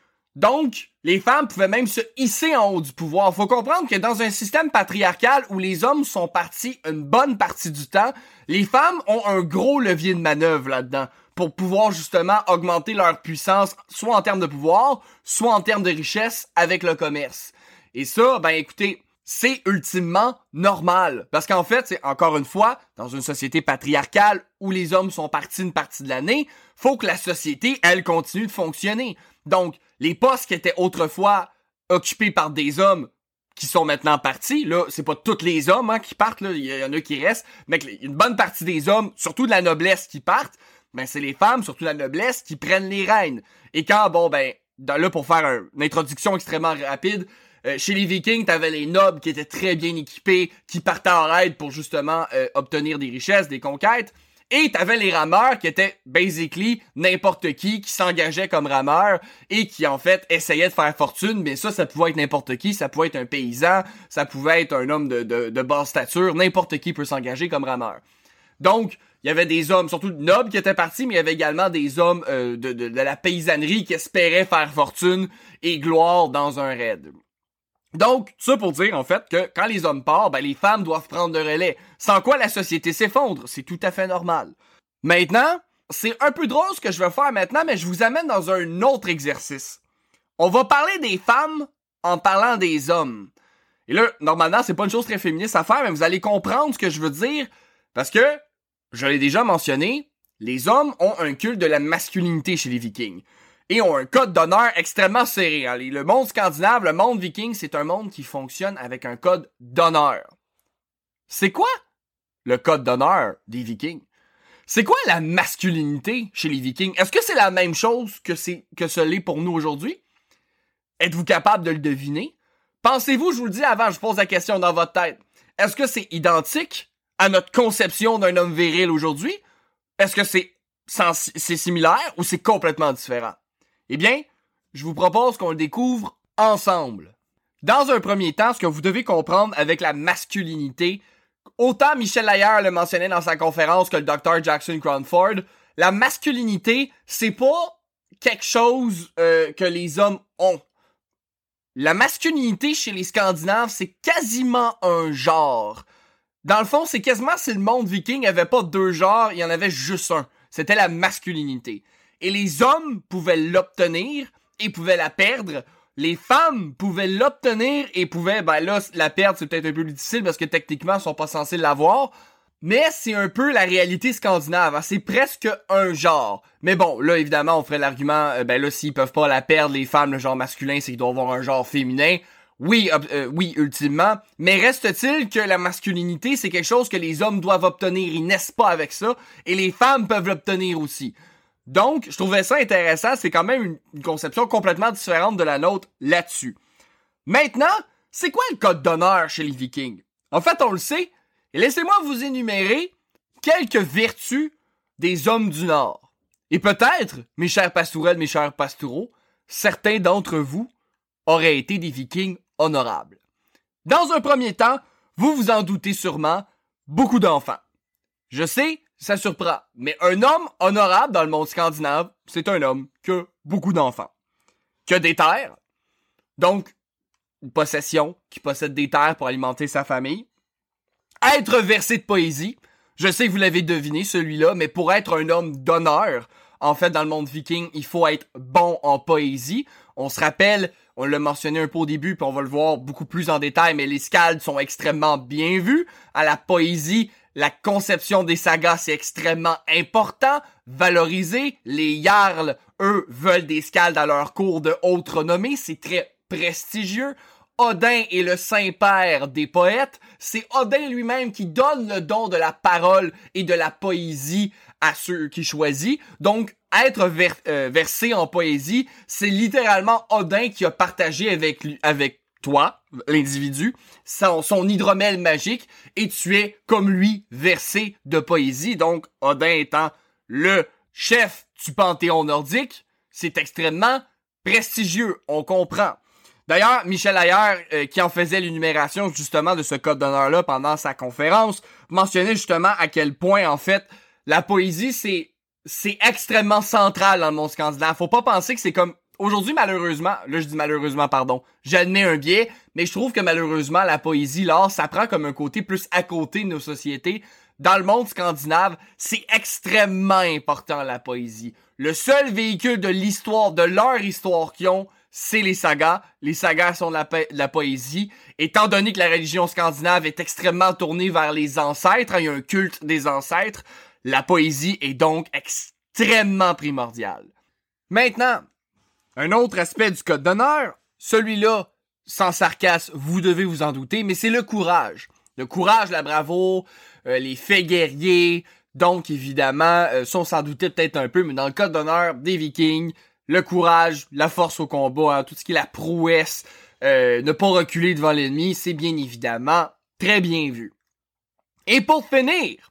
Donc, les femmes pouvaient même se hisser en haut du pouvoir. Faut comprendre que dans un système patriarcal où les hommes sont partis une bonne partie du temps, les femmes ont un gros levier de manœuvre là-dedans pour pouvoir justement augmenter leur puissance, soit en termes de pouvoir, soit en termes de richesse avec le commerce. Et ça, ben écoutez, c'est ultimement normal. Parce qu'en fait, c'est encore une fois, dans une société patriarcale où les hommes sont partis une partie de l'année, faut que la société, elle, continue de fonctionner. Donc, les postes qui étaient autrefois occupés par des hommes qui sont maintenant partis, là, c'est pas tous les hommes hein, qui partent, là, il y en a qui restent, mais une bonne partie des hommes, surtout de la noblesse qui partent, ben c'est les femmes, surtout de la noblesse, qui prennent les rênes. Et quand, bon, ben, dans, là, pour faire un, une introduction extrêmement rapide, euh, chez les Vikings, t'avais les nobles qui étaient très bien équipés, qui partaient en raid pour justement euh, obtenir des richesses, des conquêtes. Et t'avais les rameurs qui étaient basically n'importe qui qui s'engageait comme rameur et qui en fait essayait de faire fortune, mais ça, ça pouvait être n'importe qui, ça pouvait être un paysan, ça pouvait être un homme de, de, de basse stature, n'importe qui peut s'engager comme rameur. Donc, il y avait des hommes, surtout nobles, qui étaient partis, mais il y avait également des hommes euh, de, de, de la paysannerie qui espéraient faire fortune et gloire dans un raid. Donc, ça pour dire, en fait, que quand les hommes partent, ben, les femmes doivent prendre le relais. Sans quoi la société s'effondre. C'est tout à fait normal. Maintenant, c'est un peu drôle ce que je vais faire maintenant, mais je vous amène dans un autre exercice. On va parler des femmes en parlant des hommes. Et là, normalement, c'est pas une chose très féministe à faire, mais vous allez comprendre ce que je veux dire, parce que, je l'ai déjà mentionné, les hommes ont un culte de la masculinité chez les Vikings. Et ont un code d'honneur extrêmement serré. Hein. Le monde scandinave, le monde viking, c'est un monde qui fonctionne avec un code d'honneur. C'est quoi le code d'honneur des Vikings? C'est quoi la masculinité chez les Vikings? Est-ce que c'est la même chose que, c'est, que ce l'est pour nous aujourd'hui? Êtes-vous capable de le deviner? Pensez-vous, je vous le dis avant, je pose la question dans votre tête. Est-ce que c'est identique à notre conception d'un homme viril aujourd'hui? Est-ce que c'est, sens- c'est similaire ou c'est complètement différent? Eh bien, je vous propose qu'on le découvre ensemble. Dans un premier temps, ce que vous devez comprendre avec la masculinité, autant Michel Laillard le mentionnait dans sa conférence que le docteur Jackson Cranford, la masculinité, c'est pas quelque chose euh, que les hommes ont. La masculinité chez les Scandinaves, c'est quasiment un genre. Dans le fond, c'est quasiment si le monde viking avait pas deux genres, il y en avait juste un. C'était la masculinité. Et les hommes pouvaient l'obtenir et pouvaient la perdre. Les femmes pouvaient l'obtenir et pouvaient, ben là, la perdre, c'est peut-être un peu plus difficile parce que techniquement, ils sont pas censés l'avoir. Mais c'est un peu la réalité scandinave. Hein? C'est presque un genre. Mais bon, là, évidemment, on ferait l'argument, euh, ben là, s'ils peuvent pas la perdre, les femmes, le genre masculin, c'est qu'ils doivent avoir un genre féminin. Oui, euh, oui, ultimement. Mais reste-t-il que la masculinité, c'est quelque chose que les hommes doivent obtenir. Ils naissent pas avec ça. Et les femmes peuvent l'obtenir aussi. Donc, je trouvais ça intéressant. C'est quand même une, une conception complètement différente de la nôtre là-dessus. Maintenant, c'est quoi le code d'honneur chez les Vikings? En fait, on le sait. Et laissez-moi vous énumérer quelques vertus des hommes du Nord. Et peut-être, mes chers pastourelles, mes chers pastoureaux, certains d'entre vous auraient été des Vikings honorables. Dans un premier temps, vous vous en doutez sûrement, beaucoup d'enfants. Je sais, ça surprend, mais un homme honorable dans le monde scandinave, c'est un homme qui a beaucoup d'enfants. Qui a des terres, donc une possession, qui possède des terres pour alimenter sa famille. Être versé de poésie, je sais que vous l'avez deviné celui-là, mais pour être un homme d'honneur, en fait dans le monde viking, il faut être bon en poésie. On se rappelle, on l'a mentionné un peu au début, puis on va le voir beaucoup plus en détail, mais les skalds sont extrêmement bien vus. À la poésie, la conception des sagas, c'est extrêmement important, valorisé. Les jarls, eux, veulent des skalds à leur cour de haute renommée, c'est très prestigieux. Odin est le saint-père des poètes. C'est Odin lui-même qui donne le don de la parole et de la poésie à ceux qu'il choisit. Donc, être ver- euh, versé en poésie, c'est littéralement Odin qui a partagé avec lui, avec toi, l'individu, son, son hydromel magique, et tu es, comme lui, versé de poésie. Donc, Odin étant le chef du panthéon nordique, c'est extrêmement prestigieux, on comprend. D'ailleurs, Michel Laillard, euh, qui en faisait l'énumération justement de ce code d'honneur-là pendant sa conférence, mentionnait justement à quel point, en fait, la poésie, c'est c'est extrêmement central dans le monde scandinave. Faut pas penser que c'est comme... Aujourd'hui, malheureusement, là je dis malheureusement, pardon, j'admets un biais, mais je trouve que malheureusement, la poésie, l'art, ça prend comme un côté plus à côté de nos sociétés. Dans le monde scandinave, c'est extrêmement important, la poésie. Le seul véhicule de l'histoire, de leur histoire qu'ils ont, c'est les sagas. Les sagas sont de la, po- de la poésie. Étant donné que la religion scandinave est extrêmement tournée vers les ancêtres, hein, il y a un culte des ancêtres, la poésie est donc extrêmement primordiale. Maintenant, un autre aspect du code d'honneur, celui-là, sans sarcasme, vous devez vous en douter, mais c'est le courage. Le courage, la bravoure, euh, les faits guerriers. Donc, évidemment, euh, ça, on s'en doutait peut-être un peu, mais dans le code d'honneur des Vikings, le courage, la force au combat, hein, tout ce qui est la prouesse, euh, ne pas reculer devant l'ennemi, c'est bien évidemment très bien vu. Et pour finir,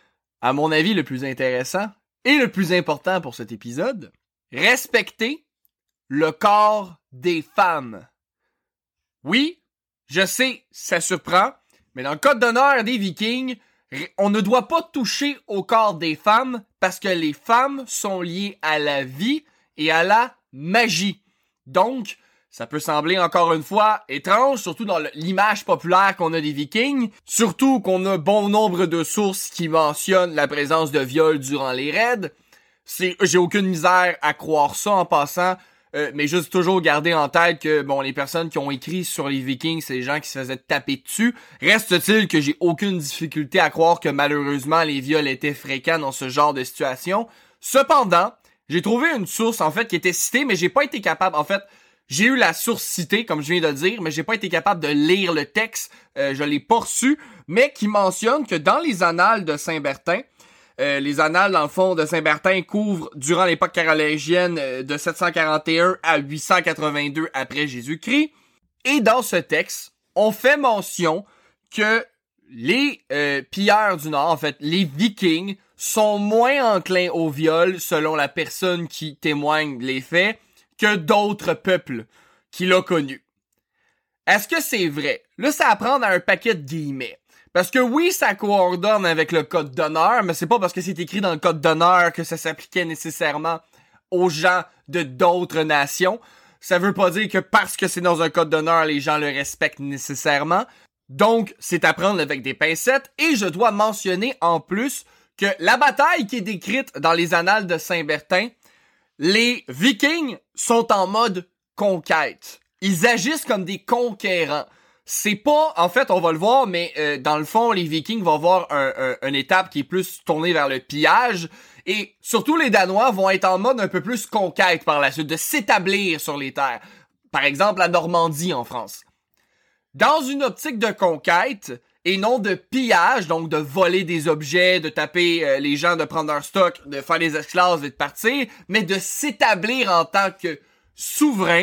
à mon avis, le plus intéressant et le plus important pour cet épisode, respecter le corps des femmes. Oui, je sais, ça surprend, mais dans le code d'honneur des Vikings, on ne doit pas toucher au corps des femmes parce que les femmes sont liées à la vie et à la magie. Donc, ça peut sembler encore une fois étrange, surtout dans l'image populaire qu'on a des Vikings, surtout qu'on a bon nombre de sources qui mentionnent la présence de viols durant les raids. C'est, j'ai aucune misère à croire ça en passant, euh, mais juste toujours garder en tête que bon, les personnes qui ont écrit sur les Vikings, c'est des gens qui se faisaient taper dessus. Reste-t-il que j'ai aucune difficulté à croire que malheureusement les viols étaient fréquents dans ce genre de situation. Cependant, j'ai trouvé une source en fait qui était citée, mais j'ai pas été capable, en fait, j'ai eu la source citée, comme je viens de le dire, mais j'ai pas été capable de lire le texte, euh, je l'ai pas reçu, mais qui mentionne que dans les annales de Saint-Bertin, euh, les annales, dans le fond, de Saint-Bertin couvrent durant l'époque carolingienne euh, de sept cent quarante et un à huit cent quatre-vingt-deux après Jésus-Christ, et dans ce texte, on fait mention que les euh, pilleurs du Nord, en fait, les Vikings, sont moins enclins au viol, selon la personne qui témoigne les faits, que d'autres peuples qu'il a connus. Est-ce que c'est vrai? Là, ça à prendre à un paquet de guillemets. Parce que oui, ça coordonne avec le code d'honneur, mais c'est pas parce que c'est écrit dans le code d'honneur que ça s'appliquait nécessairement aux gens de d'autres nations. Ça veut pas dire que parce que c'est dans un code d'honneur, les gens le respectent nécessairement. Donc, c'est à prendre avec des pincettes. Et je dois mentionner en plus que la bataille qui est décrite dans les annales de Saint-Bertin, les Vikings sont en mode conquête. Ils agissent comme des conquérants. C'est pas, en fait, on va le voir, mais euh, dans le fond, les Vikings vont avoir un, un, une étape qui est plus tournée vers le pillage. Et surtout, les Danois vont être en mode un peu plus conquête par la suite, de s'établir sur les terres. Par exemple, la Normandie en France. Dans une optique de conquête, et non de pillage, donc de voler des objets, de taper euh, les gens, de prendre leur stock, de faire des esclaves et de partir, mais de s'établir en tant que souverain,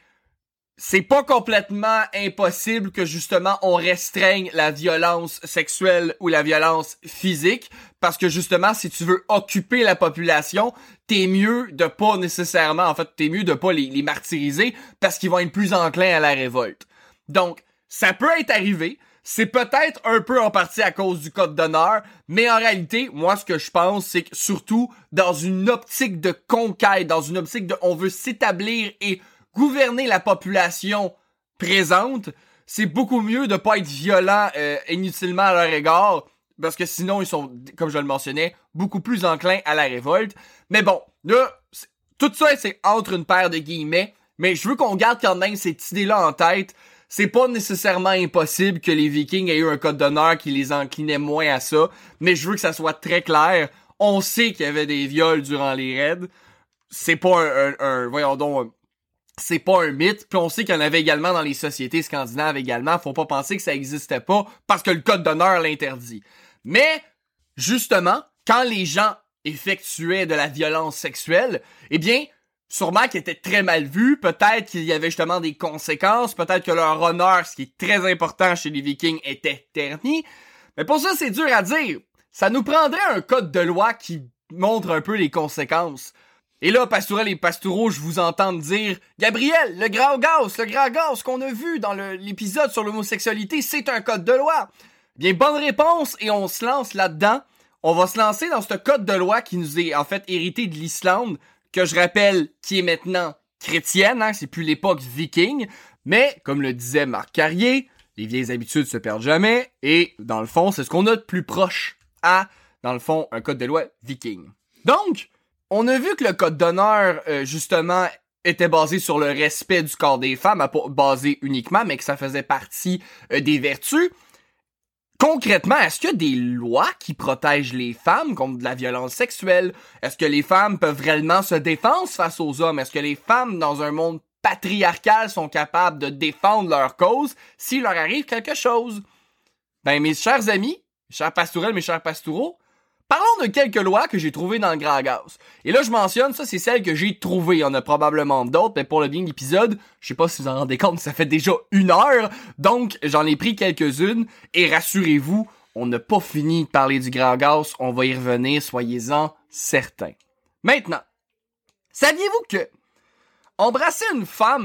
c'est pas complètement impossible que justement on restreigne la violence sexuelle ou la violence physique, parce que justement si tu veux occuper la population, t'es mieux de pas nécessairement, en fait t'es mieux de pas les, les martyriser, parce qu'ils vont être plus enclins à la révolte. Donc, ça peut être arrivé. C'est peut-être un peu en partie à cause du code d'honneur, mais en réalité, moi, ce que je pense, c'est que surtout dans une optique de conquête, dans une optique de on veut s'établir et gouverner la population présente, c'est beaucoup mieux de pas être violent euh, inutilement à leur égard, parce que sinon, ils sont, comme je le mentionnais, beaucoup plus enclins à la révolte. Mais bon, là, tout ça, c'est entre une paire de guillemets, mais je veux qu'on garde quand même cette idée-là en tête. C'est pas nécessairement impossible que les Vikings aient eu un code d'honneur qui les inclinait moins à ça, mais je veux que ça soit très clair. On sait qu'il y avait des viols durant les raids. C'est pas un, un, un voyons donc, un, c'est pas un mythe. Puis on sait qu'il y en avait également dans les sociétés scandinaves également. Faut pas penser que ça existait pas parce que le code d'honneur l'interdit. Mais, justement, quand les gens effectuaient de la violence sexuelle, eh bien, sûrement qu'ils étaient très mal vus, peut-être qu'il y avait justement des conséquences, peut-être que leur honneur, ce qui est très important chez les Vikings, était terni. Mais pour ça, c'est dur à dire. Ça nous prendrait un code de loi qui montre un peu les conséquences. Et là, Pastourel et Pastoureau, je vous entends dire « Gabriel, le grand gaz, le grand gaz qu'on a vu dans le, l'épisode sur l'homosexualité, c'est un code de loi. » Bien, bonne réponse, et on se lance là-dedans. On va se lancer dans ce code de loi qui nous est en fait hérité de l'Islande, que je rappelle, qui est maintenant chrétienne, hein, c'est plus l'époque viking, mais, comme le disait Marc Carrier, les vieilles habitudes se perdent jamais, et, dans le fond, c'est ce qu'on a de plus proche à, dans le fond, un code de loi viking. Donc, on a vu que le code d'honneur, euh, justement, était basé sur le respect du corps des femmes, pas basé uniquement, mais que ça faisait partie euh, des vertus. Concrètement, est-ce qu'il y a des lois qui protègent les femmes contre de la violence sexuelle? Est-ce que les femmes peuvent réellement se défendre face aux hommes? Est-ce que les femmes, dans un monde patriarcal, sont capables de défendre leur cause s'il leur arrive quelque chose? Ben, mes chers amis, mes chers pastourelles, mes chers pastoureaux, parlons de quelques lois que j'ai trouvées dans le Grand Gaz. Et là, je mentionne, ça, c'est celles que j'ai trouvées. Il y en a probablement d'autres, mais pour le bien de l'épisode, je sais pas si vous en rendez compte, ça fait déjà une heure. Donc, j'en ai pris quelques-unes. Et rassurez-vous, on n'a pas fini de parler du Grand Gaz. On va y revenir, soyez-en certains. Maintenant, saviez-vous que embrasser une femme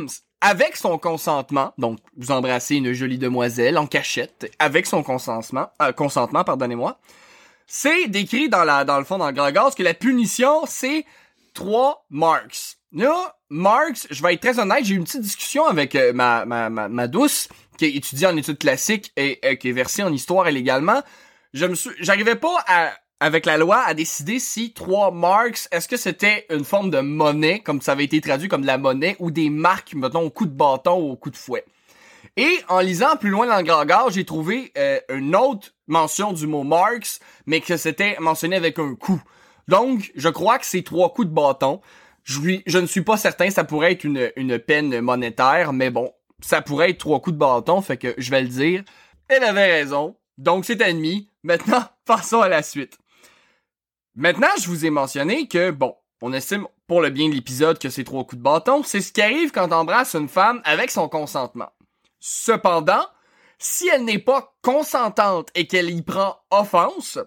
avec son consentement, donc vous embrassez une jolie demoiselle en cachette, avec son consentement, euh, consentement, pardonnez-moi, c'est décrit dans la, dans le fond, dans le grand gaz, que la punition, c'est trois marks. Là, marks, je vais être très honnête, j'ai eu une petite discussion avec euh, ma, ma, ma, ma douce, qui étudie en études classiques et euh, qui est versée en histoire elle également. Je me suis, j'arrivais pas à, avec la loi, à décider si trois marks, est-ce que c'était une forme de monnaie, comme ça avait été traduit comme de la monnaie, ou des marques, mettons, au coup de bâton ou au coup de fouet. Et en lisant plus loin dans le grand gars, j'ai trouvé euh, une autre mention du mot marks, mais que c'était mentionné avec un coup. Donc, je crois que c'est trois coups de bâton. Je, je ne suis pas certain, ça pourrait être une, une peine monétaire, mais bon, ça pourrait être trois coups de bâton, fait que je vais le dire. Elle avait raison, donc c'est admis. Maintenant, passons à la suite. Maintenant, je vous ai mentionné que, bon, on estime pour le bien de l'épisode que c'est trois coups de bâton, c'est ce qui arrive quand on embrasse une femme avec son consentement. Cependant, si elle n'est pas consentante et qu'elle y prend offense,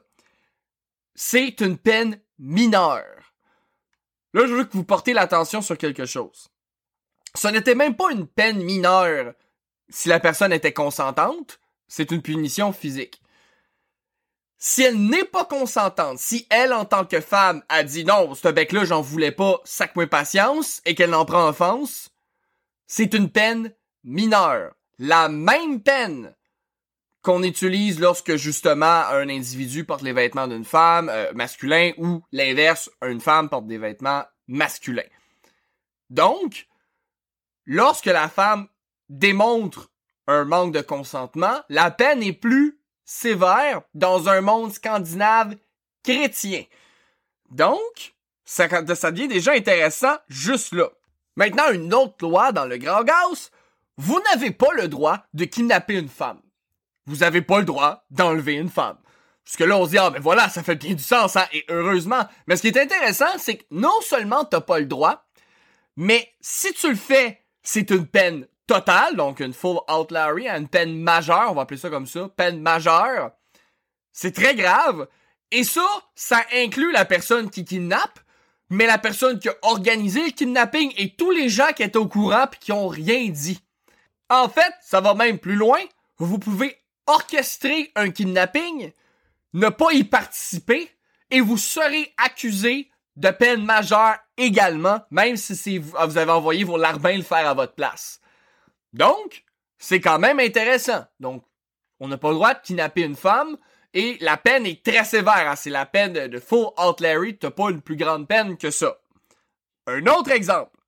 c'est une peine mineure. Là, je veux que vous portez l'attention sur quelque chose. Ce n'était même pas une peine mineure si la personne était consentante, c'est une punition physique. Si elle n'est pas consentante, si elle, en tant que femme, a dit non, ce bec-là, j'en voulais pas, sac-moi patience, et qu'elle n'en prend offense, c'est une peine mineure. La même peine qu'on utilise lorsque, justement, un individu porte les vêtements d'une femme euh, masculin ou, l'inverse, une femme porte des vêtements masculins. Donc, lorsque la femme démontre un manque de consentement, la peine est plus sévère dans un monde scandinave chrétien. Donc, ça, ça devient déjà intéressant juste là. Maintenant, une autre loi dans le Grand Gauss, vous n'avez pas le droit de kidnapper une femme. Vous n'avez pas le droit d'enlever une femme. Parce que là, on se dit, ah ben voilà, ça fait bien du sens, hein, et heureusement. Mais ce qui est intéressant, c'est que non seulement t'as pas le droit, mais si tu le fais, c'est une peine totale, donc une full outlawry, une peine majeure, on va appeler ça comme ça, peine majeure. C'est très grave. Et ça, ça inclut la personne qui kidnappe, mais la personne qui a organisé le kidnapping et tous les gens qui étaient au courant pis qui ont rien dit. En fait, ça va même plus loin. Vous pouvez orchestrer un kidnapping, ne pas y participer, et vous serez accusé de peine majeure également, même si c'est vous, vous avez envoyé vos larbins le faire à votre place. Donc, c'est quand même intéressant. Donc, on n'a pas le droit de kidnapper une femme, et la peine est très sévère. Hein? C'est la peine de, de full outlawry, t'as pas une plus grande peine que ça. Un autre exemple.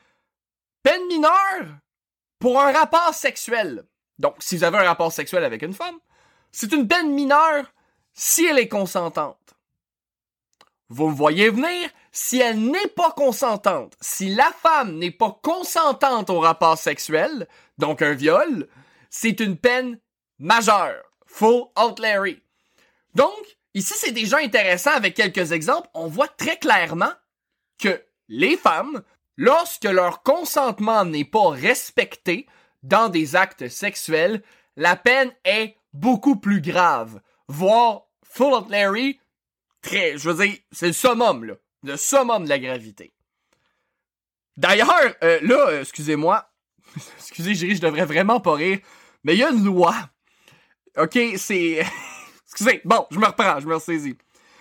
Peine mineure pour un rapport sexuel. Donc, si vous avez un rapport sexuel avec une femme, c'est une peine mineure si elle est consentante. Vous me voyez venir, si elle n'est pas consentante, si la femme n'est pas consentante au rapport sexuel, donc un viol, c'est une peine majeure, full outlawry. Donc, ici, c'est déjà intéressant avec quelques exemples. On voit très clairement que les femmes, lorsque leur consentement n'est pas respecté dans des actes sexuels, la peine est beaucoup plus grave, voire full outlawry, très, je veux dire, c'est le summum, là, le summum de la gravité. D'ailleurs, euh, là, euh, excusez-moi, excusez, je, je devrais vraiment pas rire, mais il y a une loi, ok, c'est, excusez, bon, je me reprends, je me ressaisis.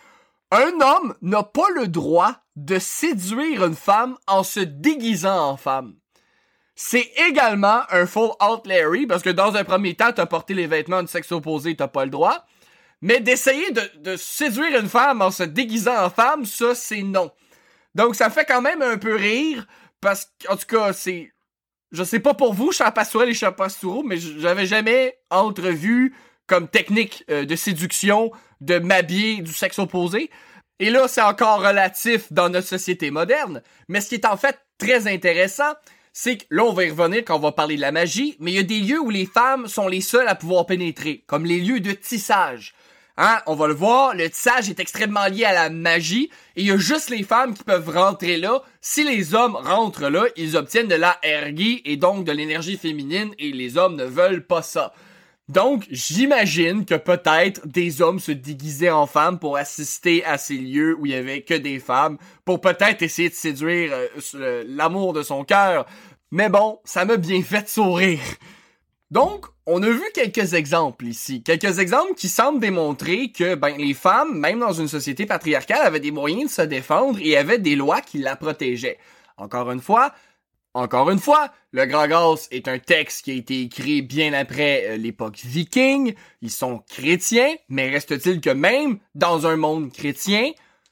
Un homme n'a pas le droit de séduire une femme en se déguisant en femme. C'est également un full outlawry, parce que dans un premier temps, t'as porté les vêtements du sexe opposé, t'as pas le droit. Mais d'essayer de, de séduire une femme en se déguisant en femme, ça, c'est non. Donc, ça fait quand même un peu rire, parce qu'en tout cas, c'est... Je sais pas pour vous, Charles Pastourel et Charles Pastoureau, mais j'avais jamais entrevu comme technique euh, de séduction de m'habiller du sexe opposé. Et là, c'est encore relatif dans notre société moderne. Mais ce qui est en fait très intéressant, c'est que là, on va y revenir quand on va parler de la magie, mais il y a des lieux où les femmes sont les seules à pouvoir pénétrer, comme les lieux de tissage. Hein, on va le voir, le tissage est extrêmement lié à la magie, et il y a juste les femmes qui peuvent rentrer là. Si les hommes rentrent là, ils obtiennent de la ergie, et donc de l'énergie féminine, et les hommes ne veulent pas ça. Donc, j'imagine que peut-être des hommes se déguisaient en femmes pour assister à ces lieux où il y avait que des femmes, pour peut-être essayer de séduire euh, l'amour de son cœur. Mais bon, ça m'a bien fait sourire. Donc, on a vu quelques exemples ici. Quelques exemples qui semblent démontrer que ben les femmes, même dans une société patriarcale, avaient des moyens de se défendre et avaient des lois qui la protégeaient. Encore une fois, encore une fois, le Grand Gauss est un texte qui a été écrit bien après euh, l'époque viking. Ils sont chrétiens, mais reste-t-il que même dans un monde chrétien,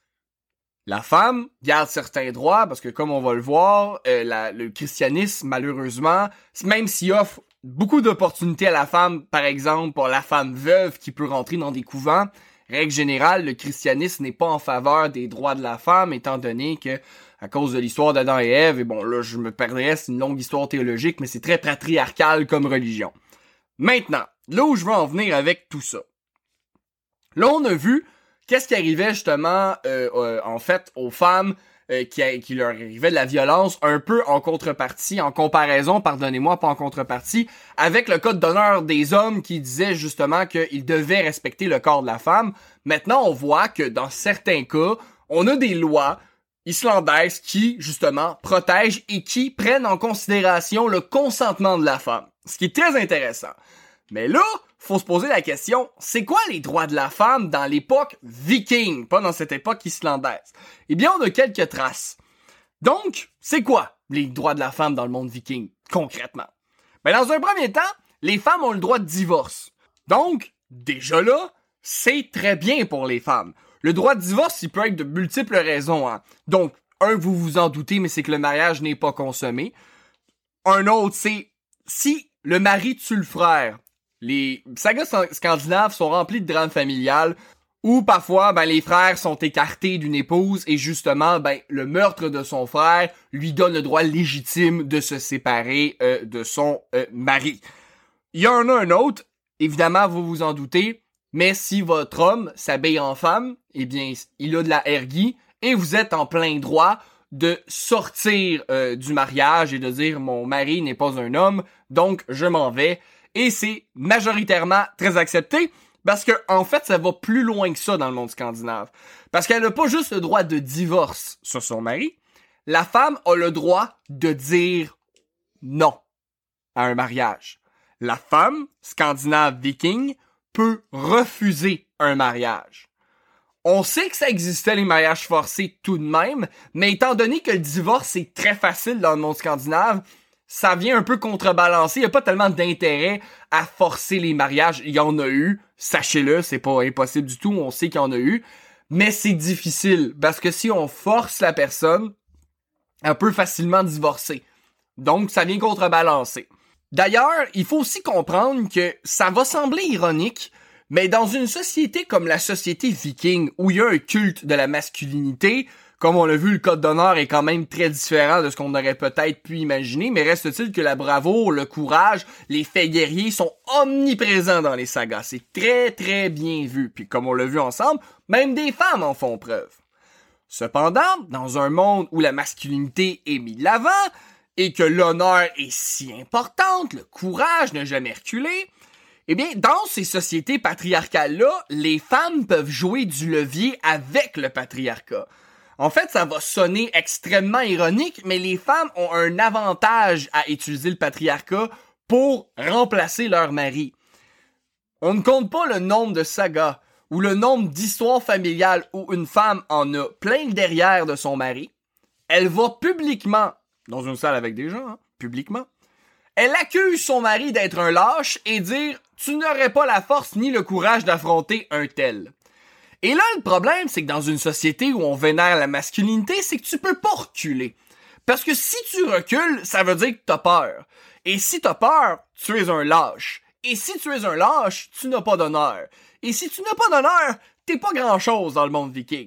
la femme garde certains droits, parce que comme on va le voir, euh, la, le christianisme, malheureusement, même s'il offre beaucoup d'opportunités à la femme, par exemple, pour la femme veuve qui peut rentrer dans des couvents, règle générale, le christianisme n'est pas en faveur des droits de la femme, étant donné que, à cause de l'histoire d'Adam et Ève, et bon, là, je me perdrais, c'est une longue histoire théologique, mais c'est très patriarcal comme religion. Maintenant, là où je veux en venir avec tout ça. Là, on a vu qu'est-ce qui arrivait justement, euh, euh, en fait, aux femmes euh, qui, a, qui leur arrivait de la violence, un peu en contrepartie, en comparaison, pardonnez-moi, pas en contrepartie, avec le code d'honneur des hommes qui disait justement qu'ils devaient respecter le corps de la femme. Maintenant, on voit que dans certains cas, on a des lois islandaises qui, justement, protègent et qui prennent en considération le consentement de la femme. Ce qui est très intéressant. Mais là, faut se poser la question, c'est quoi les droits de la femme dans l'époque viking, pas dans cette époque islandaise? Eh bien, on a quelques traces. Donc, c'est quoi les droits de la femme dans le monde viking, concrètement? Ben, dans un premier temps, les femmes ont le droit de divorce. Donc, déjà là, c'est très bien pour les femmes. Le droit de divorce, il peut être de multiples raisons, hein. Donc, un, vous vous en doutez, mais c'est que le mariage n'est pas consommé. Un autre, c'est si le mari tue le frère. Les sagas scandinaves sont remplies de drames familiales où parfois ben, les frères sont écartés d'une épouse et justement ben, le meurtre de son frère lui donne le droit légitime de se séparer euh, de son euh, mari. Il y en a un autre, évidemment vous vous en doutez, mais si votre homme s'habille en femme, eh bien il a de la ergie et vous êtes en plein droit de sortir euh, du mariage et de dire mon mari n'est pas un homme, donc je m'en vais. Et c'est majoritairement très accepté parce que en fait, ça va plus loin que ça dans le monde scandinave. Parce qu'elle n'a pas juste le droit de divorce sur son mari, la femme a le droit de dire non à un mariage. La femme, scandinave viking, peut refuser un mariage. On sait que ça existait les mariages forcés tout de même, mais étant donné que le divorce est très facile dans le monde scandinave, ça vient un peu contrebalancer. Il n'y a pas tellement d'intérêt à forcer les mariages. Il y en a eu, sachez-le, c'est pas impossible du tout, on sait qu'il y en a eu. Mais c'est difficile, parce que si on force la personne, elle peut facilement divorcer. Donc, ça vient contrebalancer. D'ailleurs, il faut aussi comprendre que ça va sembler ironique, mais dans une société comme la société viking, où il y a un culte de la masculinité, comme on l'a vu, le code d'honneur est quand même très différent de ce qu'on aurait peut-être pu imaginer, mais reste-t-il que la bravoure, le courage, les faits guerriers sont omniprésents dans les sagas. C'est très très bien vu. Puis comme on l'a vu ensemble, même des femmes en font preuve. Cependant, dans un monde où la masculinité est mise de l'avant, et que l'honneur est si importante, le courage n'a jamais reculé, eh bien, dans ces sociétés patriarcales-là, les femmes peuvent jouer du levier avec le patriarcat. En fait, ça va sonner extrêmement ironique, mais les femmes ont un avantage à utiliser le patriarcat pour remplacer leur mari. On ne compte pas le nombre de sagas ou le nombre d'histoires familiales où une femme en a plein le derrière de son mari. Elle va publiquement, dans une salle avec des gens, hein, publiquement, elle accuse son mari d'être un lâche et dire « Tu n'aurais pas la force ni le courage d'affronter un tel ». Et là, le problème, c'est que dans une société où on vénère la masculinité, c'est que tu peux pas reculer. Parce que si tu recules, ça veut dire que t'as peur. Et si t'as peur, tu es un lâche. Et si tu es un lâche, tu n'as pas d'honneur. Et si tu n'as pas d'honneur, t'es pas grand-chose dans le monde viking.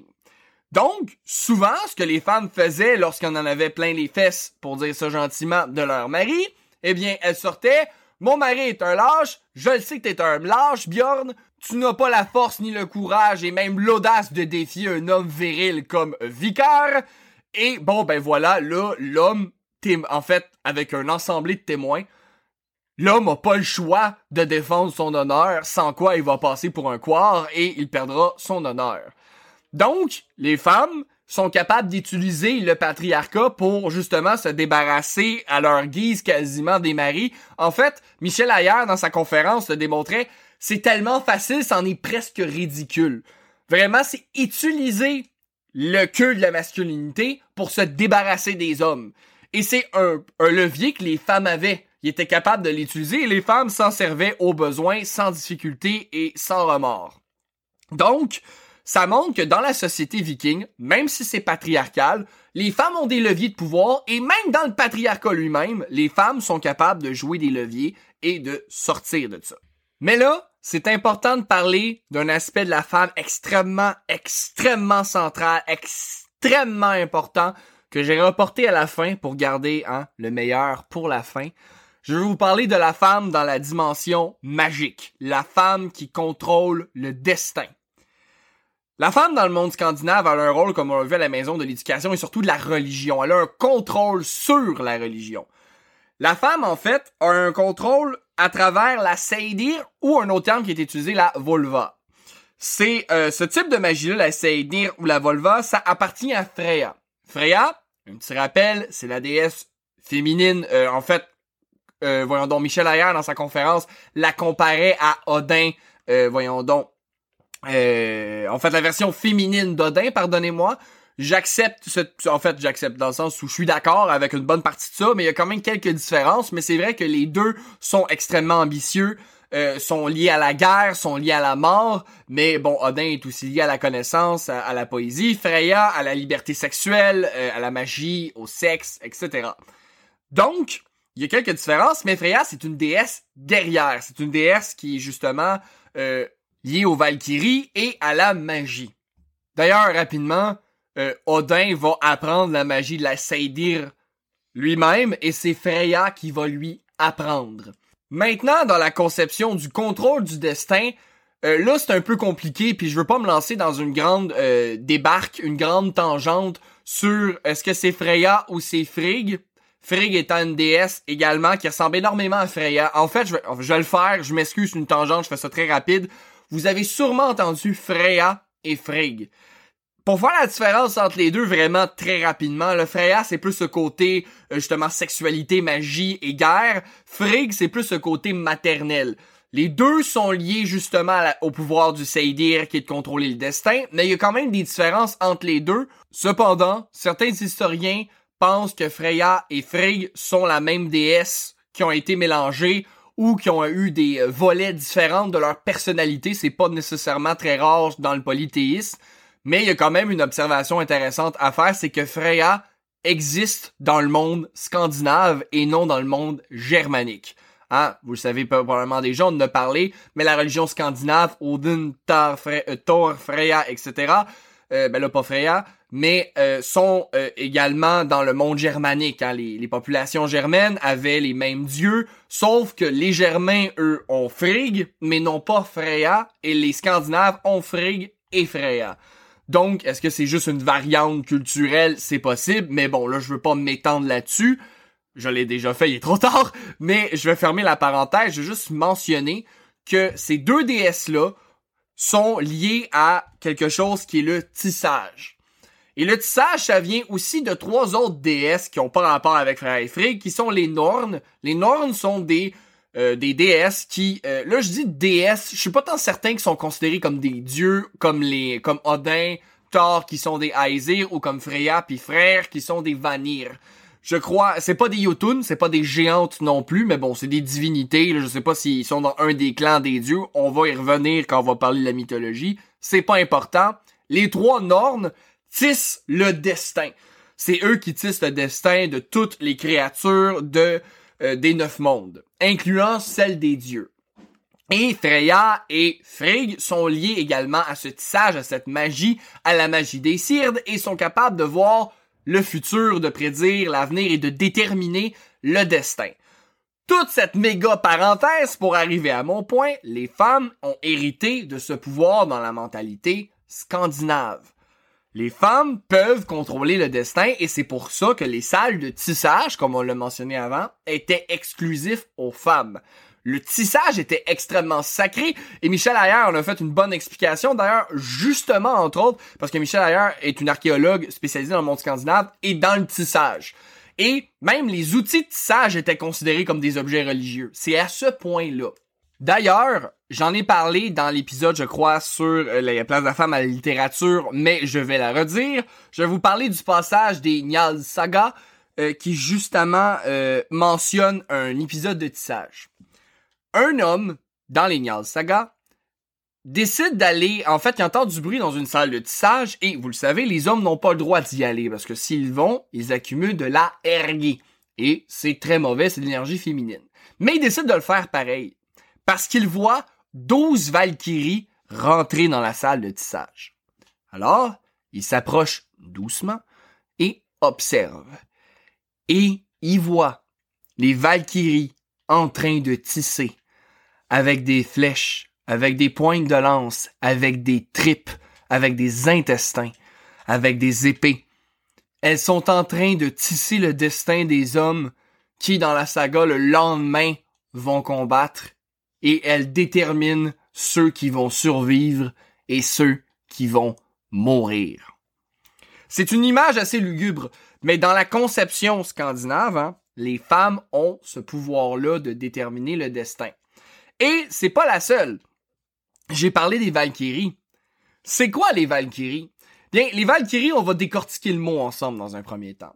Donc, souvent, ce que les femmes faisaient lorsqu'on en avait plein les fesses, pour dire ça gentiment, de leur mari, eh bien, elles sortaient « Mon mari est un lâche, je le sais que t'es un lâche, Bjorn, tu n'as pas la force ni le courage et même l'audace de défier un homme viril comme Vicar. » Et bon, ben voilà, là, l'homme, en fait, avec un ensemble de témoins, l'homme a pas le choix de défendre son honneur, sans quoi il va passer pour un couard et il perdra son honneur. Donc, les femmes sont capables d'utiliser le patriarcat pour justement se débarrasser à leur guise quasiment des maris. En fait, Michel Ayer, dans sa conférence, le démontrait, c'est tellement facile, c'en est presque ridicule. Vraiment, c'est utiliser le culte de la masculinité pour se débarrasser des hommes. Et c'est un, un levier que les femmes avaient. Ils étaient capables de l'utiliser et les femmes s'en servaient au besoin, sans difficulté et sans remords. Donc, ça montre que dans la société viking, même si c'est patriarcal, les femmes ont des leviers de pouvoir et même dans le patriarcat lui-même, les femmes sont capables de jouer des leviers et de sortir de ça. Mais là, c'est important de parler d'un aspect de la femme extrêmement, extrêmement central, extrêmement important que j'ai reporté à la fin pour garder hein, le meilleur pour la fin. Je vais vous parler de la femme dans la dimension magique, la femme qui contrôle le destin. La femme dans le monde scandinave a un rôle, comme on l'a vu à la maison, de l'éducation et surtout de la religion. Elle a un contrôle sur la religion. La femme, en fait, a un contrôle à travers la seidir ou un autre terme qui est utilisé, la vulva. C'est euh, ce type de magie-là, la seidir ou la vulva, ça appartient à Freya. Freya, un petit rappel, c'est la déesse féminine. Euh, en fait, euh, voyons donc, Michel Ayer, dans sa conférence, la comparait à Odin. Euh, voyons donc. Euh, en fait, la version féminine d'Odin, pardonnez-moi. J'accepte, ce, en fait, j'accepte dans le sens où je suis d'accord avec une bonne partie de ça, mais il y a quand même quelques différences. Mais c'est vrai que les deux sont extrêmement ambitieux, euh, sont liés à la guerre, sont liés à la mort. Mais bon, Odin est aussi lié à la connaissance, à, à la poésie. Freya, à la liberté sexuelle, euh, à la magie, au sexe, et cetera. Donc, il y a quelques différences, mais Freya, c'est une déesse guerrière. C'est une déesse qui est justement euh, liée aux Valkyries et à la magie. D'ailleurs, rapidement, euh, Odin va apprendre la magie de la seidir lui-même et c'est Freya qui va lui apprendre. Maintenant, dans la conception du contrôle du destin, euh, là, c'est un peu compliqué, puis je veux pas me lancer dans une grande euh, débarque, une grande tangente sur est-ce que c'est Freya ou c'est Frigg. Frigg étant une déesse également qui ressemble énormément à Freya. En fait, je vais, je vais le faire, je m'excuse, c'est une tangente, je fais ça très rapide. Vous avez sûrement entendu Freya et Frigg. Pour faire la différence entre les deux vraiment très rapidement, le Freya c'est plus ce côté euh, justement sexualité, magie et guerre. Frigg c'est plus ce côté maternel. Les deux sont liés justement à la, au pouvoir du seidir qui est de contrôler le destin, mais il y a quand même des différences entre les deux. Cependant, certains historiens pensent que Freya et Frigg sont la même déesse qui ont été mélangées ou qui ont eu des volets différents de leur personnalité. C'est pas nécessairement très rare dans le polythéisme. Mais il y a quand même une observation intéressante à faire, c'est que Freya existe dans le monde scandinave et non dans le monde germanique. Hein? Vous le savez probablement déjà, on en a parlé, mais la religion scandinave, Odin, Thor, Fre- euh, Thor Freya, et cetera, euh, ben là pas Freya, mais euh, sont euh, également dans le monde germanique. Hein? Les, les populations germaines avaient les mêmes dieux, sauf que les Germains, eux, ont Frigg, mais non pas Freya, et les Scandinaves ont Frigg et Freya. Donc, est-ce que c'est juste une variante culturelle? C'est possible, mais bon, là, je veux pas m'étendre là-dessus. Je l'ai déjà fait, il est trop tard, mais je vais fermer la parenthèse. Je vais juste mentionner que ces deux déesses-là sont liées à quelque chose qui est le tissage. Et le tissage, ça vient aussi de trois autres déesses qui ont pas rapport avec Freya et Frigg, qui sont les Nornes. Les Nornes sont des... Euh, des déesses qui, euh, là je dis déesses, je suis pas tant certain qu'ils sont considérés comme des dieux, comme les, comme Odin, Thor qui sont des Aesir, ou comme Freya puis Freyr qui sont des Vanir. Je crois, c'est pas des Jotun, c'est pas des géantes non plus, mais bon, c'est des divinités, là, je sais pas s'ils sont dans un des clans des dieux, on va y revenir quand on va parler de la mythologie, c'est pas important. Les trois Nornes tissent le destin. C'est eux qui tissent le destin de toutes les créatures de Euh, des neuf mondes, incluant celle des dieux. Et Freya et Frigg sont liés également à ce tissage, à cette magie, à la magie des Sirdes, et sont capables de voir le futur, de prédire l'avenir et de déterminer le destin. Toute cette méga parenthèse pour arriver à mon point, les femmes ont hérité de ce pouvoir dans la mentalité scandinave. Les femmes peuvent contrôler le destin et c'est pour ça que les salles de tissage, comme on l'a mentionné avant, étaient exclusifs aux femmes. Le tissage était extrêmement sacré et Michel Ayer en a fait une bonne explication. D'ailleurs, justement, entre autres, parce que Michel Ayer est une archéologue spécialisée dans le monde scandinave et dans le tissage. Et même les outils de tissage étaient considérés comme des objets religieux. C'est à ce point-là. D'ailleurs, j'en ai parlé dans l'épisode, je crois, sur euh, la place de la femme à la littérature, mais je vais la redire. Je vais vous parler du passage des Njál Saga, euh, qui justement euh, mentionne un épisode de tissage. Un homme, dans les Njál Saga, décide d'aller, en fait, il entend du bruit dans une salle de tissage, et vous le savez, les hommes n'ont pas le droit d'y aller, parce que s'ils vont, ils accumulent de la ergie. Et c'est très mauvais, c'est de l'énergie féminine. Mais il décide de le faire pareil. Parce qu'il voit douze Valkyries rentrer dans la salle de tissage. Alors, il s'approche doucement et observe. Et il voit les Valkyries en train de tisser avec des flèches, avec des pointes de lance, avec des tripes, avec des intestins, avec des épées. Elles sont en train de tisser le destin des hommes qui, dans la saga, le lendemain, vont combattre. Et elle détermine ceux qui vont survivre et ceux qui vont mourir. C'est une image assez lugubre, mais dans la conception scandinave, hein, les femmes ont ce pouvoir-là de déterminer le destin. Et c'est pas la seule. J'ai parlé des Valkyries. C'est quoi les Valkyries? Bien, les Valkyries, on va décortiquer le mot ensemble dans un premier temps.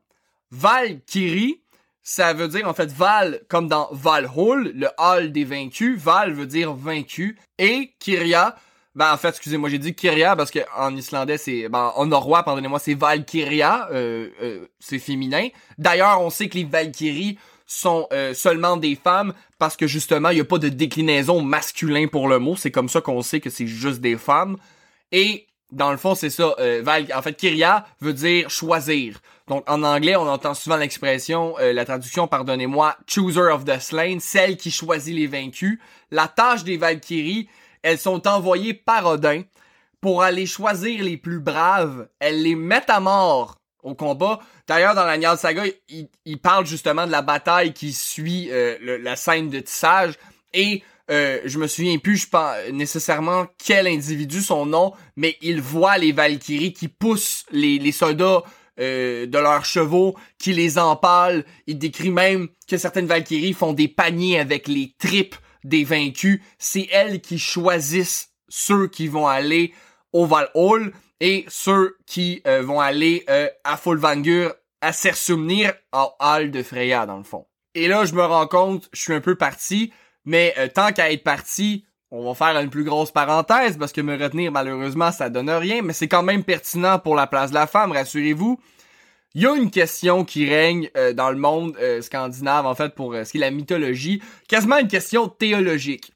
Valkyrie, ça veut dire, en fait, Val, comme dans Valhall, le hall des vaincus. Val veut dire vaincu. Et Kyria, ben, en fait, excusez-moi, j'ai dit Kyria parce que en islandais, c'est, ben, en norrois, pardonnez-moi, c'est Valkyria, euh, euh, c'est féminin. D'ailleurs, on sait que les Valkyries sont euh, seulement des femmes parce que, justement, il n'y a pas de déclinaison masculin pour le mot. C'est comme ça qu'on sait que c'est juste des femmes. Et, dans le fond, c'est ça. Euh, Val, en fait, Kyria veut dire choisir. Donc, en anglais, on entend souvent l'expression, euh, la traduction, pardonnez-moi, chooser of the slain, celle qui choisit les vaincus. La tâche des Valkyries, elles sont envoyées par Odin pour aller choisir les plus braves. Elles les mettent à mort au combat. D'ailleurs, dans la Njál Saga, il, il parle justement de la bataille qui suit euh, le, la scène de tissage et Euh, je me souviens plus, je pense nécessairement quel individu, son nom, mais il voit les Valkyries qui poussent les, les soldats euh, de leurs chevaux, qui les empalent. Il décrit même que certaines Valkyries font des paniers avec les tripes des vaincus. C'est elles qui choisissent ceux qui vont aller au Valhall et ceux qui euh, vont aller euh, à Folvangur, à Sersumnir, en Hall de Freya, dans le fond. Et là, je me rends compte, je suis un peu parti. Mais euh, tant qu'à être parti, on va faire une plus grosse parenthèse parce que me retenir, malheureusement, ça donne rien. Mais c'est quand même pertinent pour la place de la femme, rassurez-vous. Il y a une question qui règne euh, dans le monde euh, scandinave, en fait, pour euh, ce qui est la mythologie. Quasiment une question théologique.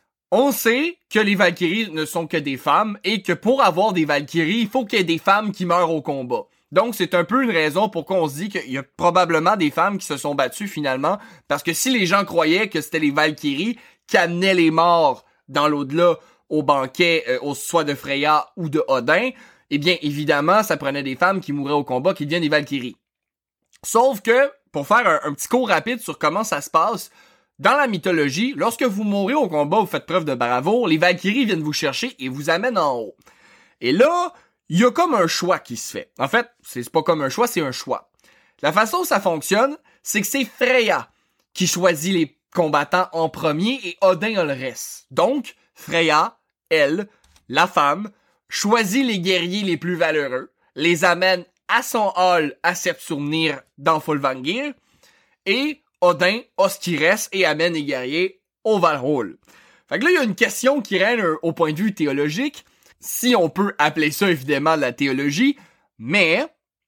On sait que les Valkyries ne sont que des femmes et que pour avoir des Valkyries, il faut qu'il y ait des femmes qui meurent au combat. Donc, c'est un peu une raison pour qu'on se dit qu'il y a probablement des femmes qui se sont battues finalement, parce que si les gens croyaient que c'était les Valkyries qui amenaient les morts dans l'au-delà au banquet, euh, au soit de Freya ou de Odin, eh bien, évidemment, ça prenait des femmes qui mouraient au combat qui deviennent des Valkyries. Sauf que, pour faire un, un petit cours rapide sur comment ça se passe, dans la mythologie, lorsque vous mourrez au combat, vous faites preuve de bravoure, les Valkyries viennent vous chercher et vous amènent en haut. Et là, il y a comme un choix qui se fait. En fait, c'est pas comme un choix, c'est un choix. La façon dont ça fonctionne, c'est que c'est Freya qui choisit les combattants en premier et Odin a le reste. Donc, Freya, elle, la femme, choisit les guerriers les plus valeureux, les amène à son hall à Sersumnir dans Folvangur et Odin a ce qui reste et amène les guerriers au Valhall. Fait que là, il y a une question qui règne au point de vue théologique, si on peut appeler ça évidemment de la théologie, mais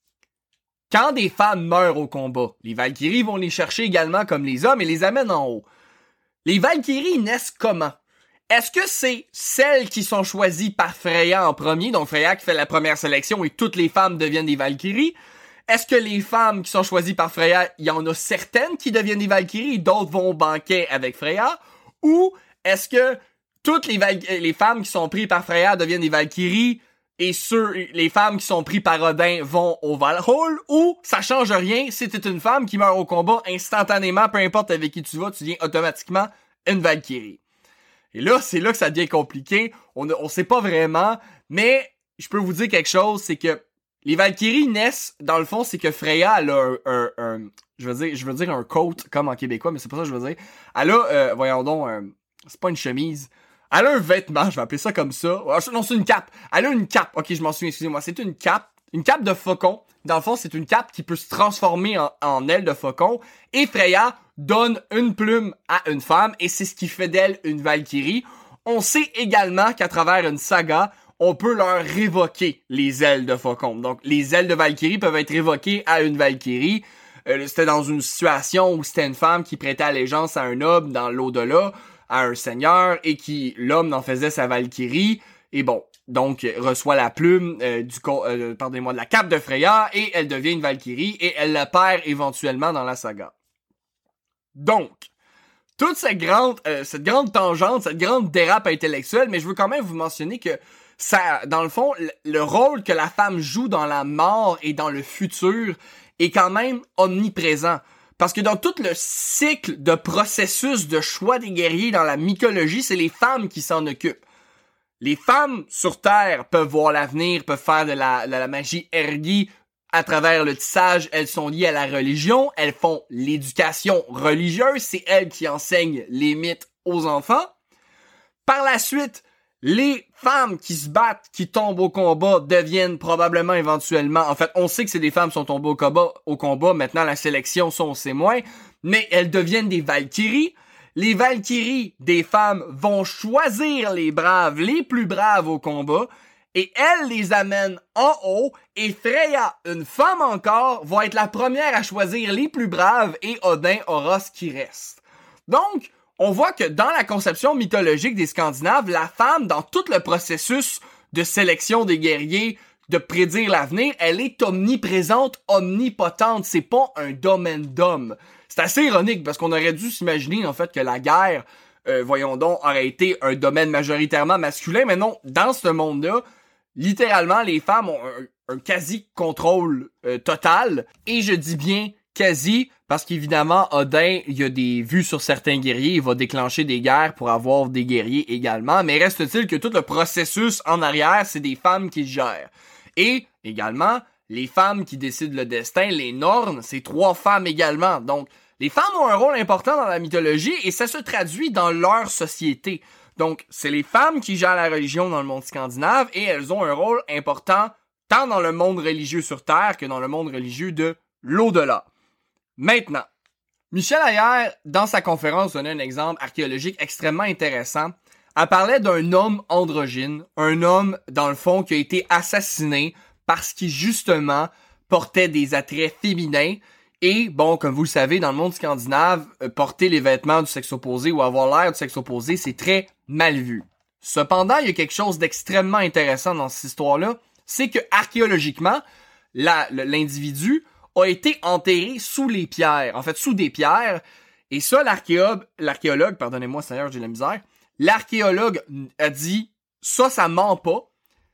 quand des femmes meurent au combat, les Valkyries vont les chercher également comme les hommes et les amènent en haut. Les Valkyries naissent comment? Est-ce que c'est celles qui sont choisies par Freya en premier, donc Freya qui fait la première sélection et toutes les femmes deviennent des Valkyries? Est-ce que les femmes qui sont choisies par Freya, il y en a certaines qui deviennent des Valkyries et d'autres vont au banquet avec Freya? Ou est-ce que toutes les, Val- les femmes qui sont prises par Freya deviennent des Valkyries et ceux, les femmes qui sont prises par Odin vont au Valhall, ou ça change rien, si t'es une femme qui meurt au combat instantanément, peu importe avec qui tu vas, tu deviens automatiquement une Valkyrie. Et là, c'est là que ça devient compliqué, on, on sait pas vraiment, mais je peux vous dire quelque chose, c'est que les Valkyries naissent, dans le fond, c'est que Freya, elle a un, un, un je veux dire, je veux dire un coat, comme en québécois, mais c'est pas ça que je veux dire. Elle a, euh, voyons donc, un, c'est pas une chemise. Elle a un vêtement, je vais appeler ça comme ça. Non, c'est une cape. Elle a une cape. Ok, je m'en souviens, excusez-moi. C'est une cape. Une cape de faucon. Dans le fond, c'est une cape qui peut se transformer en, en aile de faucon. Et Freya donne une plume à une femme. Et c'est ce qui fait d'elle une Valkyrie. On sait également qu'à travers une saga, on peut leur révoquer les ailes de faucon. Donc, les ailes de Valkyrie peuvent être révoquées à une Valkyrie. Euh, c'était dans une situation où c'était une femme qui prêtait allégeance à un homme dans l'au-delà, à un seigneur, et qui, l'homme en faisait sa Valkyrie. Et bon, donc, reçoit la plume euh, du euh, pardonnez-moi, de la cape de Freya, et elle devient une Valkyrie, et elle la perd éventuellement dans la saga. Donc, toute cette grande, euh, cette grande tangente, cette grande dérape intellectuelle, mais je veux quand même vous mentionner que ça, dans le fond, le, le rôle que la femme joue dans la mort et dans le futur est quand même omniprésent. Parce que dans tout le cycle de processus de choix des guerriers dans la mythologie, c'est les femmes qui s'en occupent. Les femmes sur Terre peuvent voir l'avenir, peuvent faire de la, de la magie ergie à travers le tissage. Elles sont liées à la religion, elles font l'éducation religieuse, c'est elles qui enseignent les mythes aux enfants. Par la suite, les femmes qui se battent, qui tombent au combat, deviennent probablement éventuellement... En fait, on sait que c'est des femmes qui sont tombées au combat, au combat. Maintenant, la sélection, ça, on sait moins. Mais elles deviennent des Valkyries. Les Valkyries des femmes vont choisir les braves, les plus braves au combat. Et elles les amènent en haut. Et Freya, une femme encore, va être la première à choisir les plus braves. Et Odin aura ce qui reste. Donc... on voit que dans la conception mythologique des Scandinaves, la femme, dans tout le processus de sélection des guerriers, de prédire l'avenir, elle est omniprésente, omnipotente. C'est pas un domaine d'homme. C'est assez ironique parce qu'on aurait dû s'imaginer en fait que la guerre, euh, voyons donc, aurait été un domaine majoritairement masculin, mais non, dans ce monde-là, littéralement, les femmes ont un, un quasi-contrôle euh, total. Et je dis bien quasi, parce qu'évidemment, Odin, il y a des vues sur certains guerriers, il va déclencher des guerres pour avoir des guerriers également, mais reste-t-il que tout le processus en arrière, c'est des femmes qui gèrent. Et, également, les femmes qui décident le destin, les Nornes, c'est trois femmes également. Donc, les femmes ont un rôle important dans la mythologie et ça se traduit dans leur société. Donc, c'est les femmes qui gèrent la religion dans le monde scandinave et elles ont un rôle important tant dans le monde religieux sur Terre que dans le monde religieux de l'au-delà. Maintenant, Michel Ayer, dans sa conférence, donnait un exemple archéologique extrêmement intéressant. Elle parlait d'un homme androgyne, un homme, dans le fond, qui a été assassiné parce qu'il, justement, portait des attraits féminins. Et, bon, comme vous le savez, dans le monde scandinave, porter les vêtements du sexe opposé ou avoir l'air du sexe opposé, c'est très mal vu. Cependant, il y a quelque chose d'extrêmement intéressant dans cette histoire-là, c'est que, archéologiquement, la, l'individu a été enterré sous les pierres, en fait sous des pierres, et ça l'archéologue, l'archéologue, pardonnez-moi Seigneur, j'ai de la misère, l'archéologue a dit, ça ça ment pas,